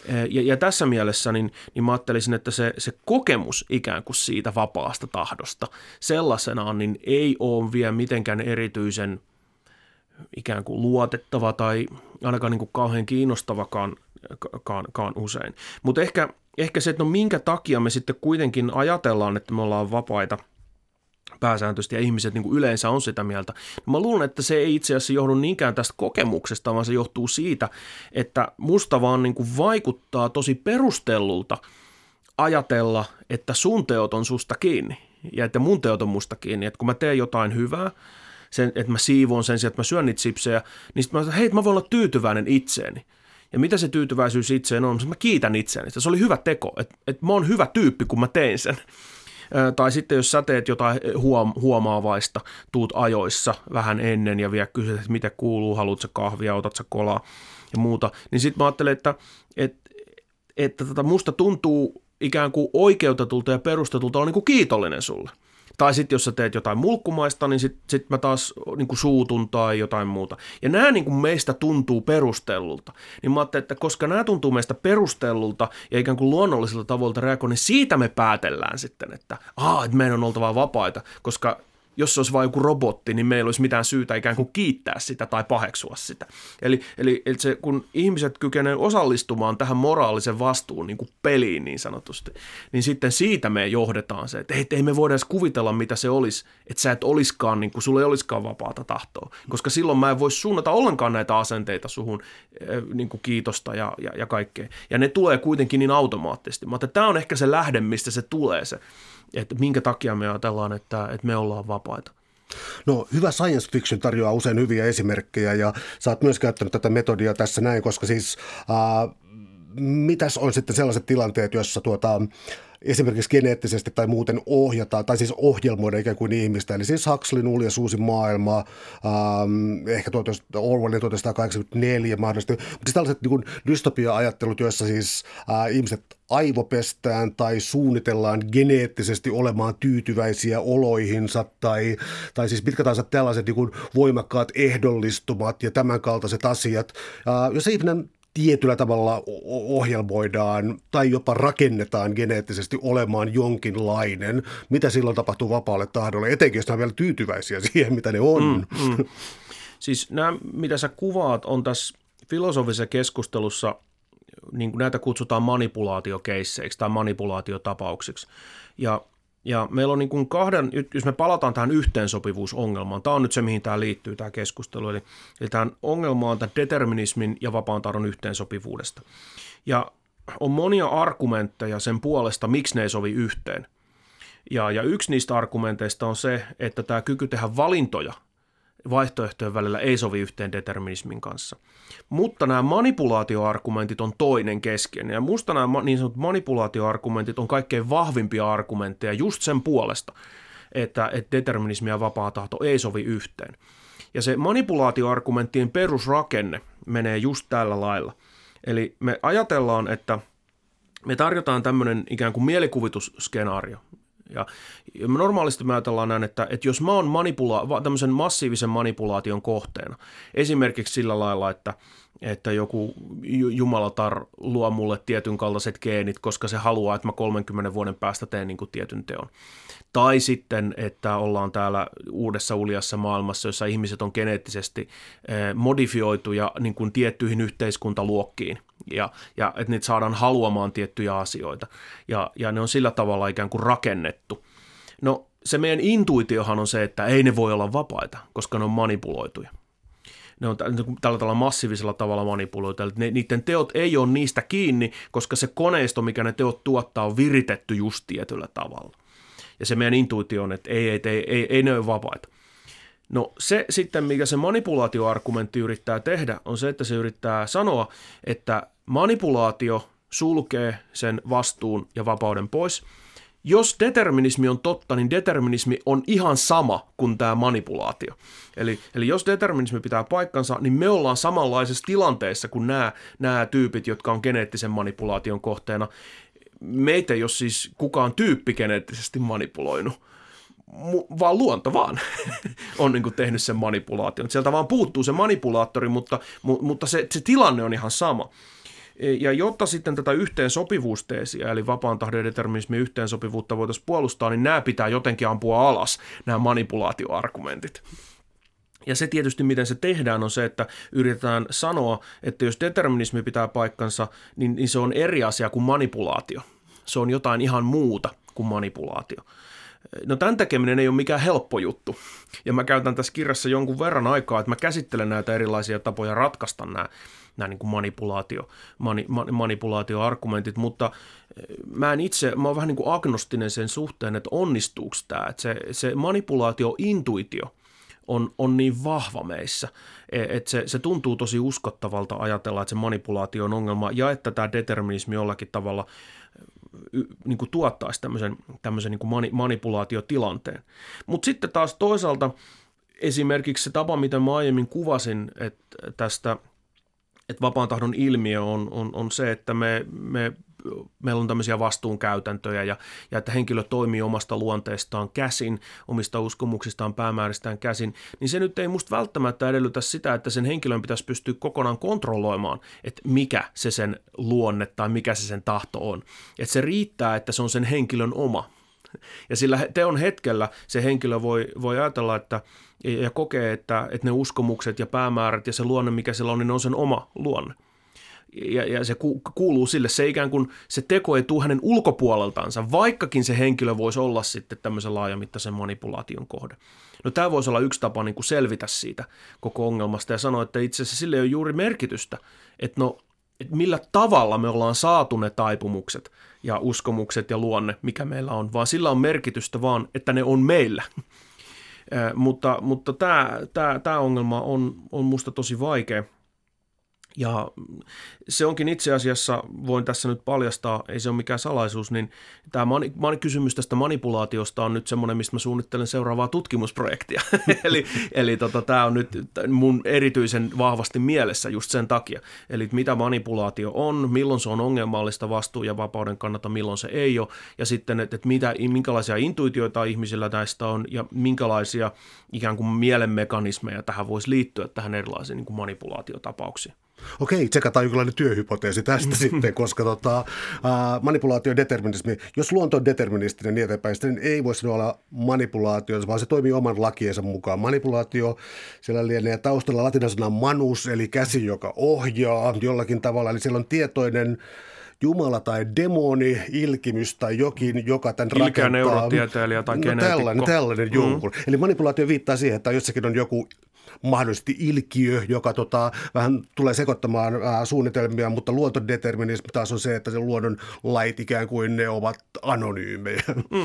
Ja tässä mielessä niin mä ajattelisin, että se kokemus ikään kuin siitä vapaasta tahdosta sellaisenaan niin ei ole vielä mitenkään erityisen ikään kuin luotettava tai ainakaan niin kuin kauhean kiinnostavakaan usein. Mutta ehkä se, että no minkä takia me sitten kuitenkin ajatellaan, että me ollaan vapaita pääsääntöisesti ja ihmiset niin kuin yleensä on sitä mieltä. Mä luulen, että se ei itse asiassa johdu niinkään tästä kokemuksesta, vaan se johtuu siitä, että musta vaan niin kuin vaikuttaa tosi perustellulta ajatella, että sun teot on susta kiinni ja että mun teot on musta kiinni. Että kun mä teen jotain hyvää, että mä siivoon sen sijaan, että mä syön niitä sipsejä, niin sitten mä sanon, hei, mä voin olla tyytyväinen itseeni. Ja mitä se tyytyväisyys itseen on? Mä kiitän itseäni. Se oli hyvä teko, että mä oon hyvä tyyppi, kun mä tein sen. Tai sitten jos sä teet jotain huomaavaista, tuut ajoissa vähän ennen ja vielä kysyt, että mitä kuuluu, haluatko kahvia, otat sä kolaa ja muuta, niin sitten mä ajattelen, että musta tuntuu ikään kuin oikeutetulta ja perustetulta olla niin kuin kiitollinen sulle. Tai sitten jos sä teet jotain mulkkumaista, niin sit mä taas niin kuin suutun tai jotain muuta. Ja nämä niin kuin meistä tuntuu perustellulta. Niin mä ajattelin, että koska nämä tuntuu meistä perustellulta ja ikään kuin luonnollisilta tavoilta reagoida, niin siitä me päätellään sitten, että meidän on oltava vapaita. Koska jos se olisi vain joku robotti, niin meillä olisi mitään syytä ikään kuin kiittää sitä tai paheksua sitä. Eli se, kun ihmiset kykenevät osallistumaan tähän moraalisen vastuun niin kuin peliin niin sanotusti, niin sitten siitä me johdetaan se, että ei me voida edes kuvitella, mitä se olisi, että sä et olisikaan, niin kuin sulla ei olisikaan vapaata tahtoa. Koska silloin mä en voi suunnata ollenkaan näitä asenteita suhun niin kuin kiitosta ja kaikkea. Ja ne tulee kuitenkin niin automaattisesti. Mutta tämä on ehkä se lähde, mistä se tulee se. Että minkä takia me ajatellaan, että me ollaan vapaita. No hyvä science fiction tarjoaa usein hyviä esimerkkejä ja sä oot myös käyttänyt tätä metodia tässä näin, koska siis mitäs on sitten sellaiset tilanteet, joissa esimerkiksi geneettisesti tai muuten ohjataan, tai siis ohjelmoida ikään kuin ihmistä. Eli siis Huxleyn Uljas uusi maailma, ehkä Orwellin 1984 mahdollisesti. Mutta siis tällaiset niin kuin dystopia-ajattelut, joissa siis ihmiset aivopestään tai suunnitellaan geneettisesti olemaan tyytyväisiä oloihinsa tai siis mitkä tahansa tällaiset niin kuin voimakkaat ehdollistumat ja tämän kaltaiset asiat. Jos ihminen tietyllä tavalla ohjelmoidaan tai jopa rakennetaan geneettisesti olemaan jonkinlainen. Mitä silloin tapahtuu vapaalle tahdolle, etenkin jos ne on vielä tyytyväisiä siihen, mitä ne on. Siis nämä, mitä sä kuvaat, on tässä filosofisessa keskustelussa, niin kuin näitä kutsutaan manipulaatiokeisseiksi tai manipulaatiotapauksiksi. Ja meillä on niin kuin jos me palataan tähän yhteensopivuusongelmaan, tämä on nyt se, mihin tämä liittyy, tämä keskustelu, eli tämä ongelma on tämän determinismin ja vapaan tahdon yhteensopivuudesta. Ja on monia argumentteja sen puolesta, miksi ne ei sovi yhteen. Ja yksi niistä argumenteista on se, että tämä kyky tehdä valintoja vaihtoehtojen välillä ei sovi yhteen determinismin kanssa. Mutta nämä manipulaatioargumentit on toinen keskeinen. Ja musta nämä niin sanotut manipulaatioargumentit on kaikkein vahvimpia argumentteja just sen puolesta, että determinismi ja vapaa tahto ei sovi yhteen. Ja se manipulaatioargumenttien perusrakenne menee just tällä lailla. Eli me ajatellaan, että me tarjotaan tämmöinen ikään kuin mielikuvitusskenaario. Ja normaalisti me ajatellaan näin, että jos mä oon tämmöisen massiivisen manipulaation kohteena, esimerkiksi sillä lailla, että joku jumalatar luo mulle tietyn kaltaiset geenit, koska se haluaa, että mä 30 vuoden päästä teen niin kuin tietyn teon. Tai sitten, että ollaan täällä uudessa uljassa maailmassa, jossa ihmiset on geneettisesti modifioituja niin kuin tiettyihin yhteiskuntaluokkiin. Ja että niitä saadaan haluamaan tiettyjä asioita. Ja ne on sillä tavalla ikään kuin rakennettu. No se meidän intuitiohan on se, että ei ne voi olla vapaita, koska ne on manipuloituja. Ne on tällä tavalla massiivisella tavalla manipuloituja. Niiden teot ei ole niistä kiinni, koska se koneisto, mikä ne teot tuottaa, on viritetty just tietyllä tavalla. Ja se meidän intuitio on, että ei ne ole vapaita. No se sitten, mikä se manipulaatioargumentti yrittää tehdä, on se, että se yrittää sanoa, että manipulaatio sulkee sen vastuun ja vapauden pois. Jos determinismi on totta, niin determinismi on ihan sama kuin tämä manipulaatio. Eli jos determinismi pitää paikkansa, niin me ollaan samanlaisessa tilanteessa kuin nämä tyypit, jotka on geneettisen manipulaation kohteena. Meitä ei ole siis kukaan tyyppi geneettisesti manipuloinut, vaan luonto vaan on niin kuin tehnyt sen manipulaation. Sieltä vaan puuttuu se manipulaattori, mutta se tilanne on ihan sama. Ja jotta sitten tätä yhteensopivuusteesiä, eli vapaan tahdon determinismin yhteensopivuutta voitaisiin puolustaa, niin nämä pitää jotenkin ampua alas, nämä manipulaatioargumentit. Ja se tietysti, miten se tehdään, on se, että yritetään sanoa, että jos determinismi pitää paikkansa, niin se on eri asia kuin manipulaatio. Se on jotain ihan muuta kuin manipulaatio. No tämän tekeminen ei ole mikään helppo juttu. Ja mä käytän tässä kirjassa jonkun verran aikaa, että mä käsittelen näitä erilaisia tapoja ratkaista nämä niin kuin manipulaatioargumentit, mutta mä oon vähän niin kuin agnostinen sen suhteen, että onnistuuko tämä, että se manipulaatiointuitio on niin vahva meissä, että se tuntuu tosi uskottavalta ajatella, että se manipulaatio on ongelma ja että tämä determinismi jollakin tavalla niin kuin tuottaisi tämmöisen niin kuin manipulaatiotilanteen. Mutta sitten taas toisaalta esimerkiksi se tapa, miten mä aiemmin kuvasin, että vapaan tahdon ilmiö on se, että meillä on tämmöisiä vastuunkäytäntöjä ja että henkilö toimii omasta luonteestaan käsin, omista uskomuksistaan, päämääristään käsin, niin se nyt ei musta välttämättä edellytä sitä, että sen henkilön pitäisi pystyä kokonaan kontrolloimaan, että mikä se sen luonne tai mikä se sen tahto on. Että se riittää, että se on sen henkilön oma. Ja sillä teon hetkellä se henkilö voi ajatella, että ja kokee, että ne uskomukset ja päämäärät ja se luonne, mikä sillä on, niin ne on sen oma luonne. Ja se kuuluu sille, se ikään kuin se teko ei tule hänen ulkopuoleltansa, vaikkakin se henkilö voisi olla sitten tämmöisen laajamittaisen manipulaation kohde. No tämä voisi olla yksi tapa niin kuin selvitä siitä koko ongelmasta ja sanoa, että itse asiassa sille ei ole juuri merkitystä, että millä tavalla me ollaan saatu ne taipumukset ja uskomukset ja luonne, mikä meillä on, vaan sillä on merkitystä vaan, että ne on meillä. Mutta tämä ongelma on musta tosi vaikea. Ja se onkin itse asiassa, voin tässä nyt paljastaa, ei se ole mikään salaisuus, niin tämä kysymys tästä manipulaatiosta on nyt semmoinen, mistä mä suunnittelen seuraavaa tutkimusprojektia. eli tämä on nyt mun erityisen vahvasti mielessä just sen takia. Eli mitä manipulaatio on, milloin se on ongelmallista vastuun ja vapauden kannalta, milloin se ei ole, ja sitten, että minkälaisia intuitioita ihmisillä näistä on, ja minkälaisia ikään kuin mielenmekanismeja tähän voisi liittyä, tähän erilaisiin niin kuin manipulaatiotapauksiin. Okei, tsekataan jonkinlainen työhypoteesi tästä sitten, koska manipulaatio ja determinismi, jos luonto on deterministinen niin eteenpäin, sitten ei voi olla manipulaatio, vaan se toimii oman lakiensa mukaan. Manipulaatio, siellä lienee taustalla latinan manus, eli käsi, joka ohjaa jollakin tavalla, eli siellä on tietoinen jumala tai demoni, ilkimys tai jokin, joka tämän rakentaa. Ilkeä neurotieteilijä tai geneetikko. Tällainen jonkun. Eli manipulaatio viittaa siihen, että jossakin on joku mahdollisesti ilkiö, joka vähän tulee sekoittamaan suunnitelmia, mutta luontodeterminismi taas on se, että se luonnon lait ikään kuin ne ovat anonyymejä.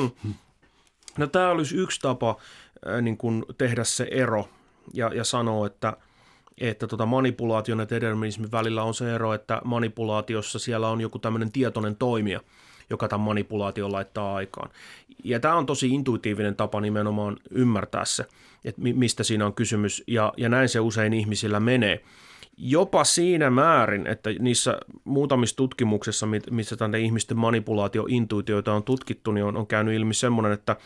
No tämä olisi yksi tapa niin kuin tehdä se ero ja sanoa, että manipulaation ja determinismin välillä on se ero, että manipulaatiossa siellä on joku tämmöinen tietoinen toimija, joka tämän manipulaation laittaa aikaan. Ja tämä on tosi intuitiivinen tapa nimenomaan ymmärtää se, että mistä siinä on kysymys, ja näin se usein ihmisillä menee. Jopa siinä määrin, että niissä muutamissa tutkimuksissa, missä tänne ihmisten manipulaatiointuitioita on tutkittu, niin on käynyt ilmi semmoinen, että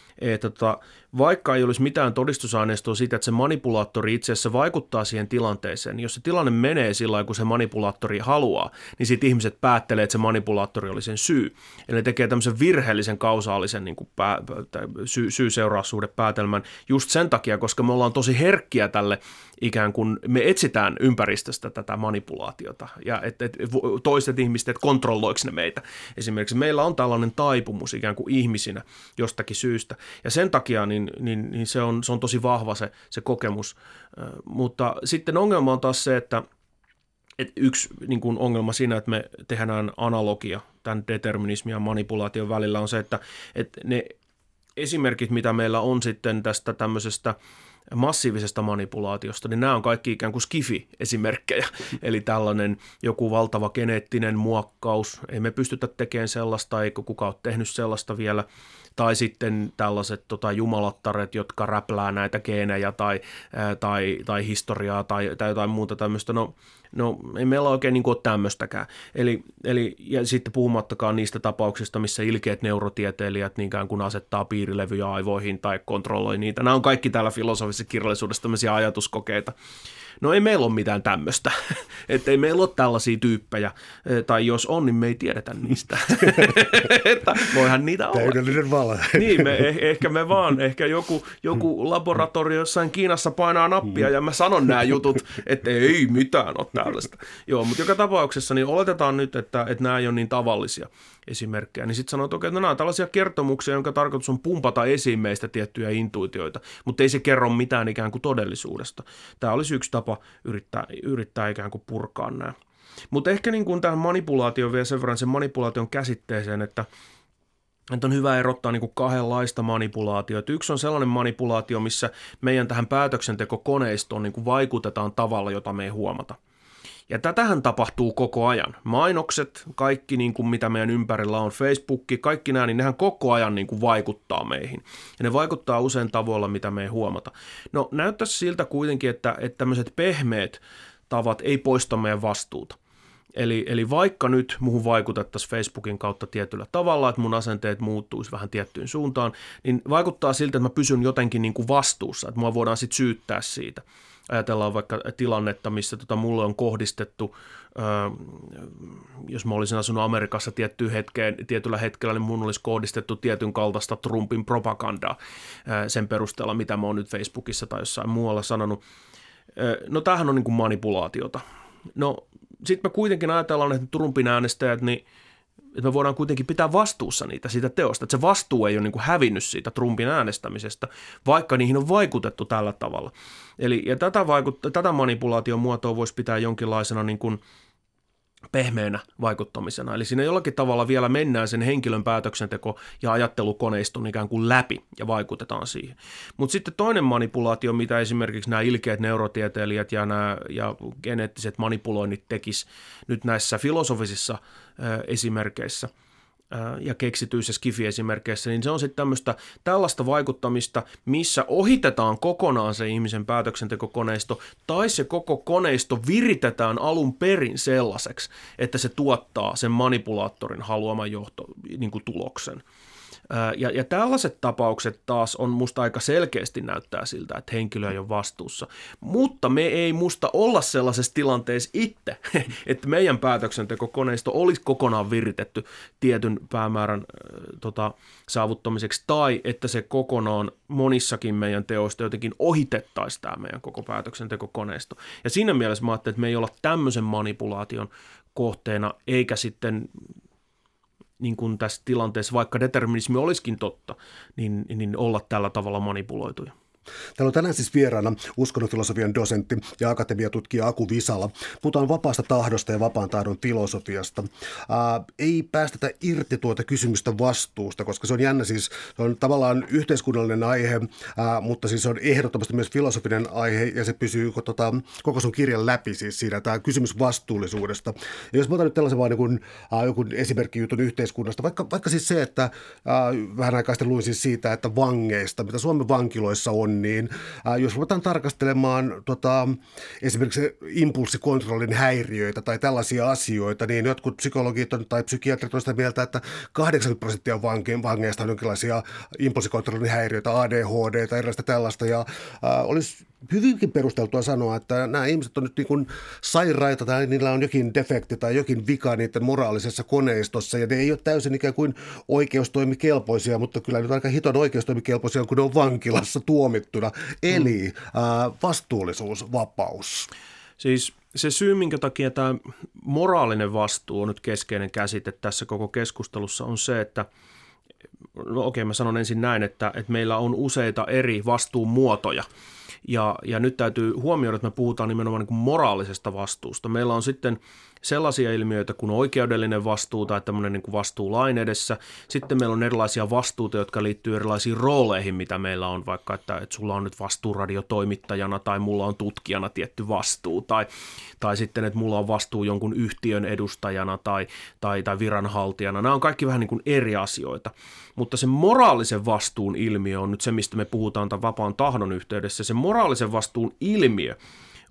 vaikka ei olisi mitään todistusaineistoa siitä, että se manipulaattori itse asiassa vaikuttaa siihen tilanteeseen, niin jos se tilanne menee sillä lailla, kun se manipulaattori haluaa, niin sitten ihmiset päättelee, että se manipulaattori oli sen syy. Eli ne tekee tämmöisen virheellisen kausaalisen niin kuin syy-seuraussuhdepäätelmän just sen takia, koska me ollaan tosi herkkiä tälle ikään kuin me etsitään ympäristöstä tätä manipulaatiota ja että toiset ihmiset, kontrolloiko ne meitä. Esimerkiksi meillä on tällainen taipumus ikään kuin ihmisinä jostakin syystä ja sen takia niin se on tosi vahva se kokemus, mutta sitten ongelma on taas se, että yksi niin kuin ongelma siinä, että me tehdään analogia tämän determinismin ja manipulaation välillä on se, että ne esimerkit, mitä meillä on sitten tästä tämmöisestä massiivisesta manipulaatiosta, niin nämä on kaikki ikään kuin skifi-esimerkkejä, eli tällainen joku valtava geneettinen muokkaus, ei me pystytä tekemään sellaista, eikä kukaan ole tehnyt sellaista vielä, tai sitten tällaiset jumalattaret, jotka räplää näitä geenejä tai historiaa tai jotain muuta tämmöistä. No, No ei meillä oikein niin kuin ole tämmöistäkään. Ja sitten puhumattakaan niistä tapauksista, missä ilkeät neurotieteilijät niinkään kuin asettaa piirilevyjä aivoihin tai kontrolloi niitä. Nämä on kaikki täällä filosofisessa kirjallisuudessa tämmöisiä ajatuskokeita. No ei meillä ole mitään tämmöistä, että ei meillä ole tällaisia tyyppejä, tai jos on, niin me ei tiedetä niistä. Että voihan niitä olla. Täydellinen vale. Niin, ehkä joku laboratorio jossain Kiinassa painaa nappia ja mä sanon nämä jutut, että ei mitään ole tällaista. Joo, mutta joka tapauksessa niin oletetaan nyt, että nämä ei ole niin tavallisia esimerkkejä, niin sitten sanotaan, että okei, no nämä on tällaisia kertomuksia, jonka tarkoitus on pumpata esiin meistä tiettyjä intuitioita, mutta ei se kerro mitään ikään kuin todellisuudesta. Tämä olisi yksi tapa yrittää ikään kuin purkaa nämä. Mutta ehkä niin kuin tähän manipulaatioon vielä sen verran sen manipulaation käsitteeseen, että on hyvä erottaa niin kuin kahdenlaista manipulaatiota. Yksi on sellainen manipulaatio, missä meidän tähän päätöksentekokoneistoon niin kuin vaikutetaan tavalla, jota me ei huomata. Ja tätähän tapahtuu koko ajan. Mainokset, kaikki niin kuin mitä meidän ympärillä on, Facebook, kaikki nämä, niin nehän koko ajan niin kuin vaikuttaa meihin. Ja ne vaikuttaa usein tavoilla, mitä me ei huomata. No näyttäisi siltä kuitenkin, että tämmöiset pehmeät tavat ei poista meidän vastuuta. Eli vaikka nyt muuhun vaikutettaisiin Facebookin kautta tietyllä tavalla, että mun asenteet muuttuisi vähän tiettyyn suuntaan, niin vaikuttaa siltä, että mä pysyn jotenkin niin kuin vastuussa, että mua voidaan sitten syyttää siitä. Ajatellaan vaikka tilannetta, missä mulle on kohdistettu, jos mä olisin asunut Amerikassa tietyllä hetkellä, niin mun olisi kohdistettu tietyn kaltaista Trumpin propagandaa sen perusteella, mitä mä oon nyt Facebookissa tai jossain muualla sanonut. No tämähän on niin kuin manipulaatiota. No sitten me kuitenkin ajatellaan, että Trumpin äänestäjät, niin että me voidaan kuitenkin pitää vastuussa niitä siitä teosta, että se vastuu ei ole niin kuin hävinnyt siitä Trumpin äänestämisestä, vaikka niihin on vaikutettu tällä tavalla. Ja tätä manipulaation muotoa voisi pitää jonkinlaisena niin kuin pehmeänä vaikuttamisena. Eli siinä jollakin tavalla vielä mennään sen henkilön päätöksenteko- ja ajattelukoneiston ikään kuin läpi ja vaikutetaan siihen. Mutta sitten toinen manipulaatio, mitä esimerkiksi nämä ilkeät neurotieteilijät ja geneettiset manipuloinnit tekis nyt näissä filosofisissa esimerkkeissä ja keksityissä skifi-esimerkkeissä, niin se on sitten tällaista vaikuttamista, missä ohitetaan kokonaan se ihmisen päätöksentekokoneisto, tai se koko koneisto viritetään alun perin sellaiseksi, että se tuottaa sen manipulaattorin haluaman tuloksen. Ja tällaiset tapaukset taas on musta aika selkeästi näyttää siltä, että henkilö ei ole vastuussa. Mutta me ei musta olla sellaisessa tilanteessa itse, että meidän päätöksentekokoneisto olisi kokonaan viritetty tietyn päämäärän saavuttamiseksi, tai että se kokonaan monissakin meidän teoista jotenkin ohitettaisiin tämä meidän koko päätöksentekokoneisto. Ja siinä mielessä mä ajattelin, että me ei olla tämmöisen manipulaation kohteena, eikä sitten niin kuin tässä tilanteessa, vaikka determinismi olisikin totta, niin olla tällä tavalla manipuloituja. Täällä on tänään siis vieraana uskonnonfilosofian dosentti ja akatemiatutkija Aku Visala. Puhutaan vapaasta tahdosta ja vapaan tahdon filosofiasta. Ei päästetä irti tuota kysymystä vastuusta, koska se on jännä siis, se on tavallaan yhteiskunnallinen aihe, mutta siis se on ehdottomasti myös filosofinen aihe ja se pysyy koko sun kirjan läpi siis siinä, tämä kysymys vastuullisuudesta. Ja jos mä otan nyt tällaisen vaan joku esimerkkijutun yhteiskunnasta, vaikka siis se, että vähän aikaa sitten luin siis siitä, että vangeista, mitä Suomen vankiloissa on, niin jos ruvetaan tarkastelemaan esimerkiksi impulssikontrollin häiriöitä tai tällaisia asioita, niin jotkut psykologit tai psykiatrit on sitä mieltä, että 80% vangeista on jonkinlaisia impulssikontrollin häiriöitä, ADHD tai erilaista tällaista, ja olisi hyvinkin perusteltua sanoa, että nämä ihmiset on nyt niin kuin sairaita tai niillä on jokin defekti tai jokin vika niiden moraalisessa koneistossa ja ne ei ole täysin ikään kuin oikeustoimikelpoisia, mutta kyllä nyt aika hiton oikeustoimikelpoisia, kun ne on vankilassa tuomittuna. Eli vastuullisuus, vapaus. Siis se syy, minkä takia tämä moraalinen vastuu on nyt keskeinen käsite tässä koko keskustelussa on se, että mä sanon ensin näin, että meillä on useita eri vastuun muotoja. Ja nyt täytyy huomioida, että me puhutaan nimenomaan niin kuin moraalisesta vastuusta. Meillä on sitten sellaisia ilmiöitä kuin oikeudellinen vastuu tai tämmöinen niin kuin vastuu lain edessä. Sitten meillä on erilaisia vastuuta, jotka liittyy erilaisiin rooleihin, mitä meillä on, vaikka että sulla on nyt vastuu radiotoimittajana tai mulla on tutkijana tietty vastuu tai sitten, että mulla on vastuu jonkun yhtiön edustajana tai viranhaltijana. Nämä on kaikki vähän niin kuin eri asioita, mutta se moraalisen vastuun ilmiö on nyt se, mistä me puhutaan tämän vapaan tahdon yhteydessä. Se moraalisen vastuun ilmiö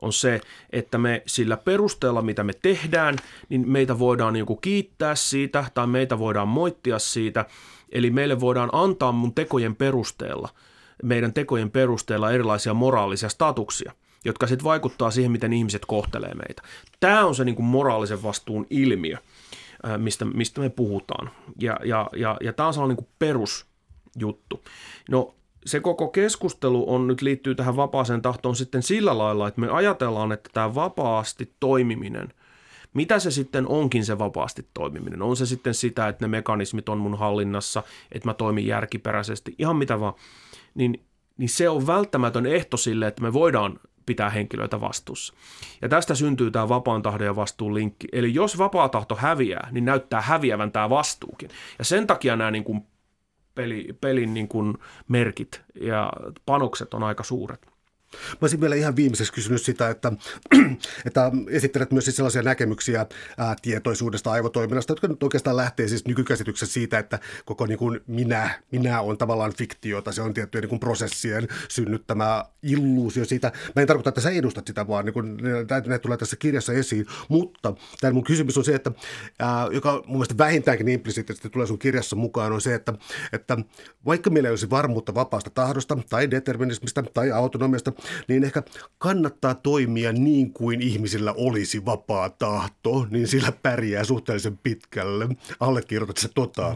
on se, että me sillä perusteella, mitä me tehdään, niin meitä voidaan joku kiittää siitä tai meitä voidaan moittia siitä. Eli meille voidaan antaa meidän tekojen perusteella erilaisia moraalisia statuksia, jotka sitten vaikuttaa siihen, miten ihmiset kohtelee meitä. Tämä on se niin kuin moraalisen vastuun ilmiö, mistä me puhutaan. Ja tämä on sellainen niin kuin perusjuttu. No se koko keskustelu liittyy tähän vapaaseen tahtoon sitten sillä lailla, että me ajatellaan, että tämä vapaasti toimiminen, mitä se sitten onkin se vapaasti toimiminen? On se sitten sitä, että ne mekanismit on mun hallinnassa, että mä toimin järkiperäisesti, ihan mitä vaan, niin se on välttämätön ehto sille, että me voidaan pitää henkilöitä vastuussa. Ja tästä syntyy tämä vapaan tahdon ja vastuun linkki. Eli jos vapaa tahto häviää, niin näyttää häviävän tämä vastuukin. Ja sen takia nämä niin kuin pelin niin kuin merkit ja panokset on aika suuret. Mä olisin vielä ihan viimeiseksi kysynyt sitä, että esittelet myös siis sellaisia näkemyksiä tietoisuudesta, aivotoiminnasta, jotka nyt oikeastaan lähtee siis nykykäsityksessä siitä, että koko niin kuin minä on tavallaan fiktiota, se on tiettyjen niin kuin prosessien synnyttämä illuusio siitä. Mä en tarkoita, että sä edustat sitä, vaan niin kuin, ne tulee tässä kirjassa esiin, mutta tämä mun kysymys on se, että joka mun mielestä vähintäänkin implisiittisesti tulee sun kirjassa mukaan, on se, että vaikka meillä ei olisi varmuutta vapaasta tahdosta tai determinismista tai autonomiasta, niin ehkä kannattaa toimia niin kuin ihmisillä olisi vapaa tahto, niin sillä pärjää suhteellisen pitkälle. Allekirjoitatko sä tota?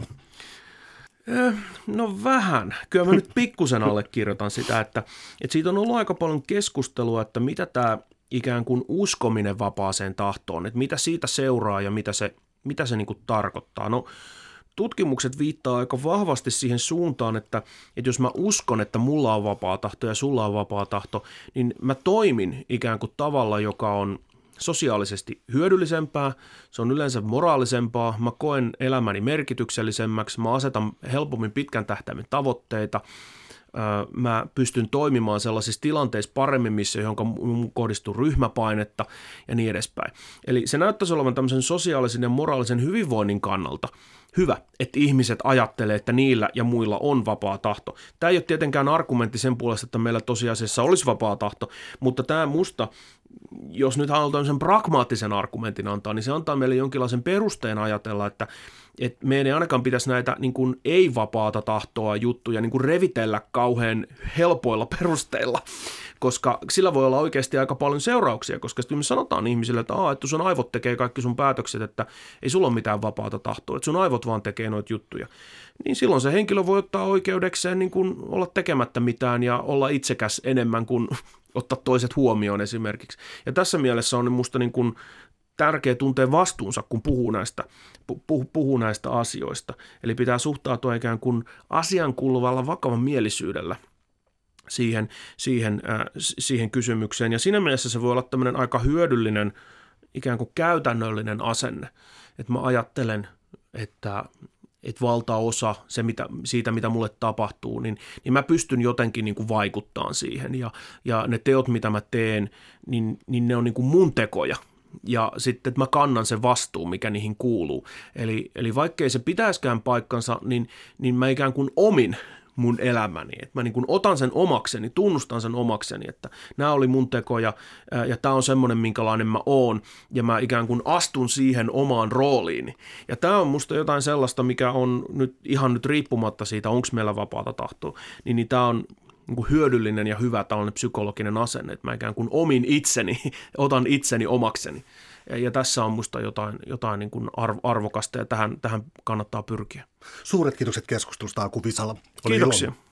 No vähän. Kyllä mä nyt pikkusen allekirjoitan sitä, että siitä on ollut aika paljon keskustelua, että mitä tämä ikään kuin uskominen vapaaseen tahtoon, että mitä siitä seuraa ja mitä se niin kuin tarkoittaa. No, tutkimukset viittaa aika vahvasti siihen suuntaan, että jos mä uskon, että mulla on vapaa tahto ja sulla on vapaa tahto, niin mä toimin ikään kuin tavalla, joka on sosiaalisesti hyödyllisempää, se on yleensä moraalisempaa, mä koen elämäni merkityksellisemmäksi, mä asetan helpommin pitkän tähtäimen tavoitteita, mä pystyn toimimaan sellaisissa tilanteissa paremmin, missä johon kohdistuu ryhmäpainetta ja niin edespäin. Eli se näyttäisi olevan tämmöisen sosiaalisen ja moraalisen hyvinvoinnin kannalta hyvä, että ihmiset ajattelee, että niillä ja muilla on vapaa tahto. Tämä ei ole tietenkään argumentti sen puolesta, että meillä tosiasiassa olisi vapaa tahto, mutta tämä musta, jos nyt halutaan tämmöisen pragmaattisen argumentin antaa, niin se antaa meille jonkinlaisen perusteen ajatella, että meidän ei ainakaan pitäisi näitä niin kuin ei-vapaata tahtoa juttuja niin kuin revitellä kauhean helpoilla perusteilla, koska sillä voi olla oikeasti aika paljon seurauksia, koska sitten me sanotaan ihmisille, että sun aivot tekee kaikki sun päätökset, että ei sulla ole mitään vapaata tahtoa, että sun aivot vaan tekee noita juttuja, niin silloin se henkilö voi ottaa oikeudekseen niin kuin olla tekemättä mitään ja olla itsekäs enemmän kuin ottaa toiset huomioon esimerkiksi. Ja tässä mielessä on musta niin kuin tärkeä tuntea vastuunsa, kun puhuu näistä asioista. Eli pitää suhtautua ikään kuin asian kuuluvalla vakavan mielisyydellä siihen kysymykseen. Ja siinä mielessä se voi olla tämmöinen aika hyödyllinen, ikään kuin käytännöllinen asenne. Että mä ajattelen, että valtaosa siitä, mitä mulle tapahtuu, niin mä pystyn jotenkin niin kuin vaikuttamaan siihen. Ja ne teot, mitä mä teen, niin ne on niin kuin mun tekoja. Ja sitten, että mä kannan sen vastuun, mikä niihin kuuluu. Eli vaikkei se pitäiskään paikkansa, niin mä ikään kuin omin mun elämäni. Että mä niin kuin otan sen omakseni, tunnustan sen omakseni, että nämä oli mun tekoja ja tämä on semmoinen, minkälainen mä oon. Ja mä ikään kuin astun siihen omaan rooliini. Ja tämä on musta jotain sellaista, mikä on nyt riippumatta siitä, onko meillä vapaata tahtoa, niin tämä on niin kuin hyödyllinen ja hyvä tällainen psykologinen asenne, että mä ikään kuin omin itseni, otan itseni omakseni. Ja tässä on musta jotain niin kuin arvokasta ja tähän kannattaa pyrkiä. Suuret kiitokset keskustelusta, Aku Visala. Kiitoksia.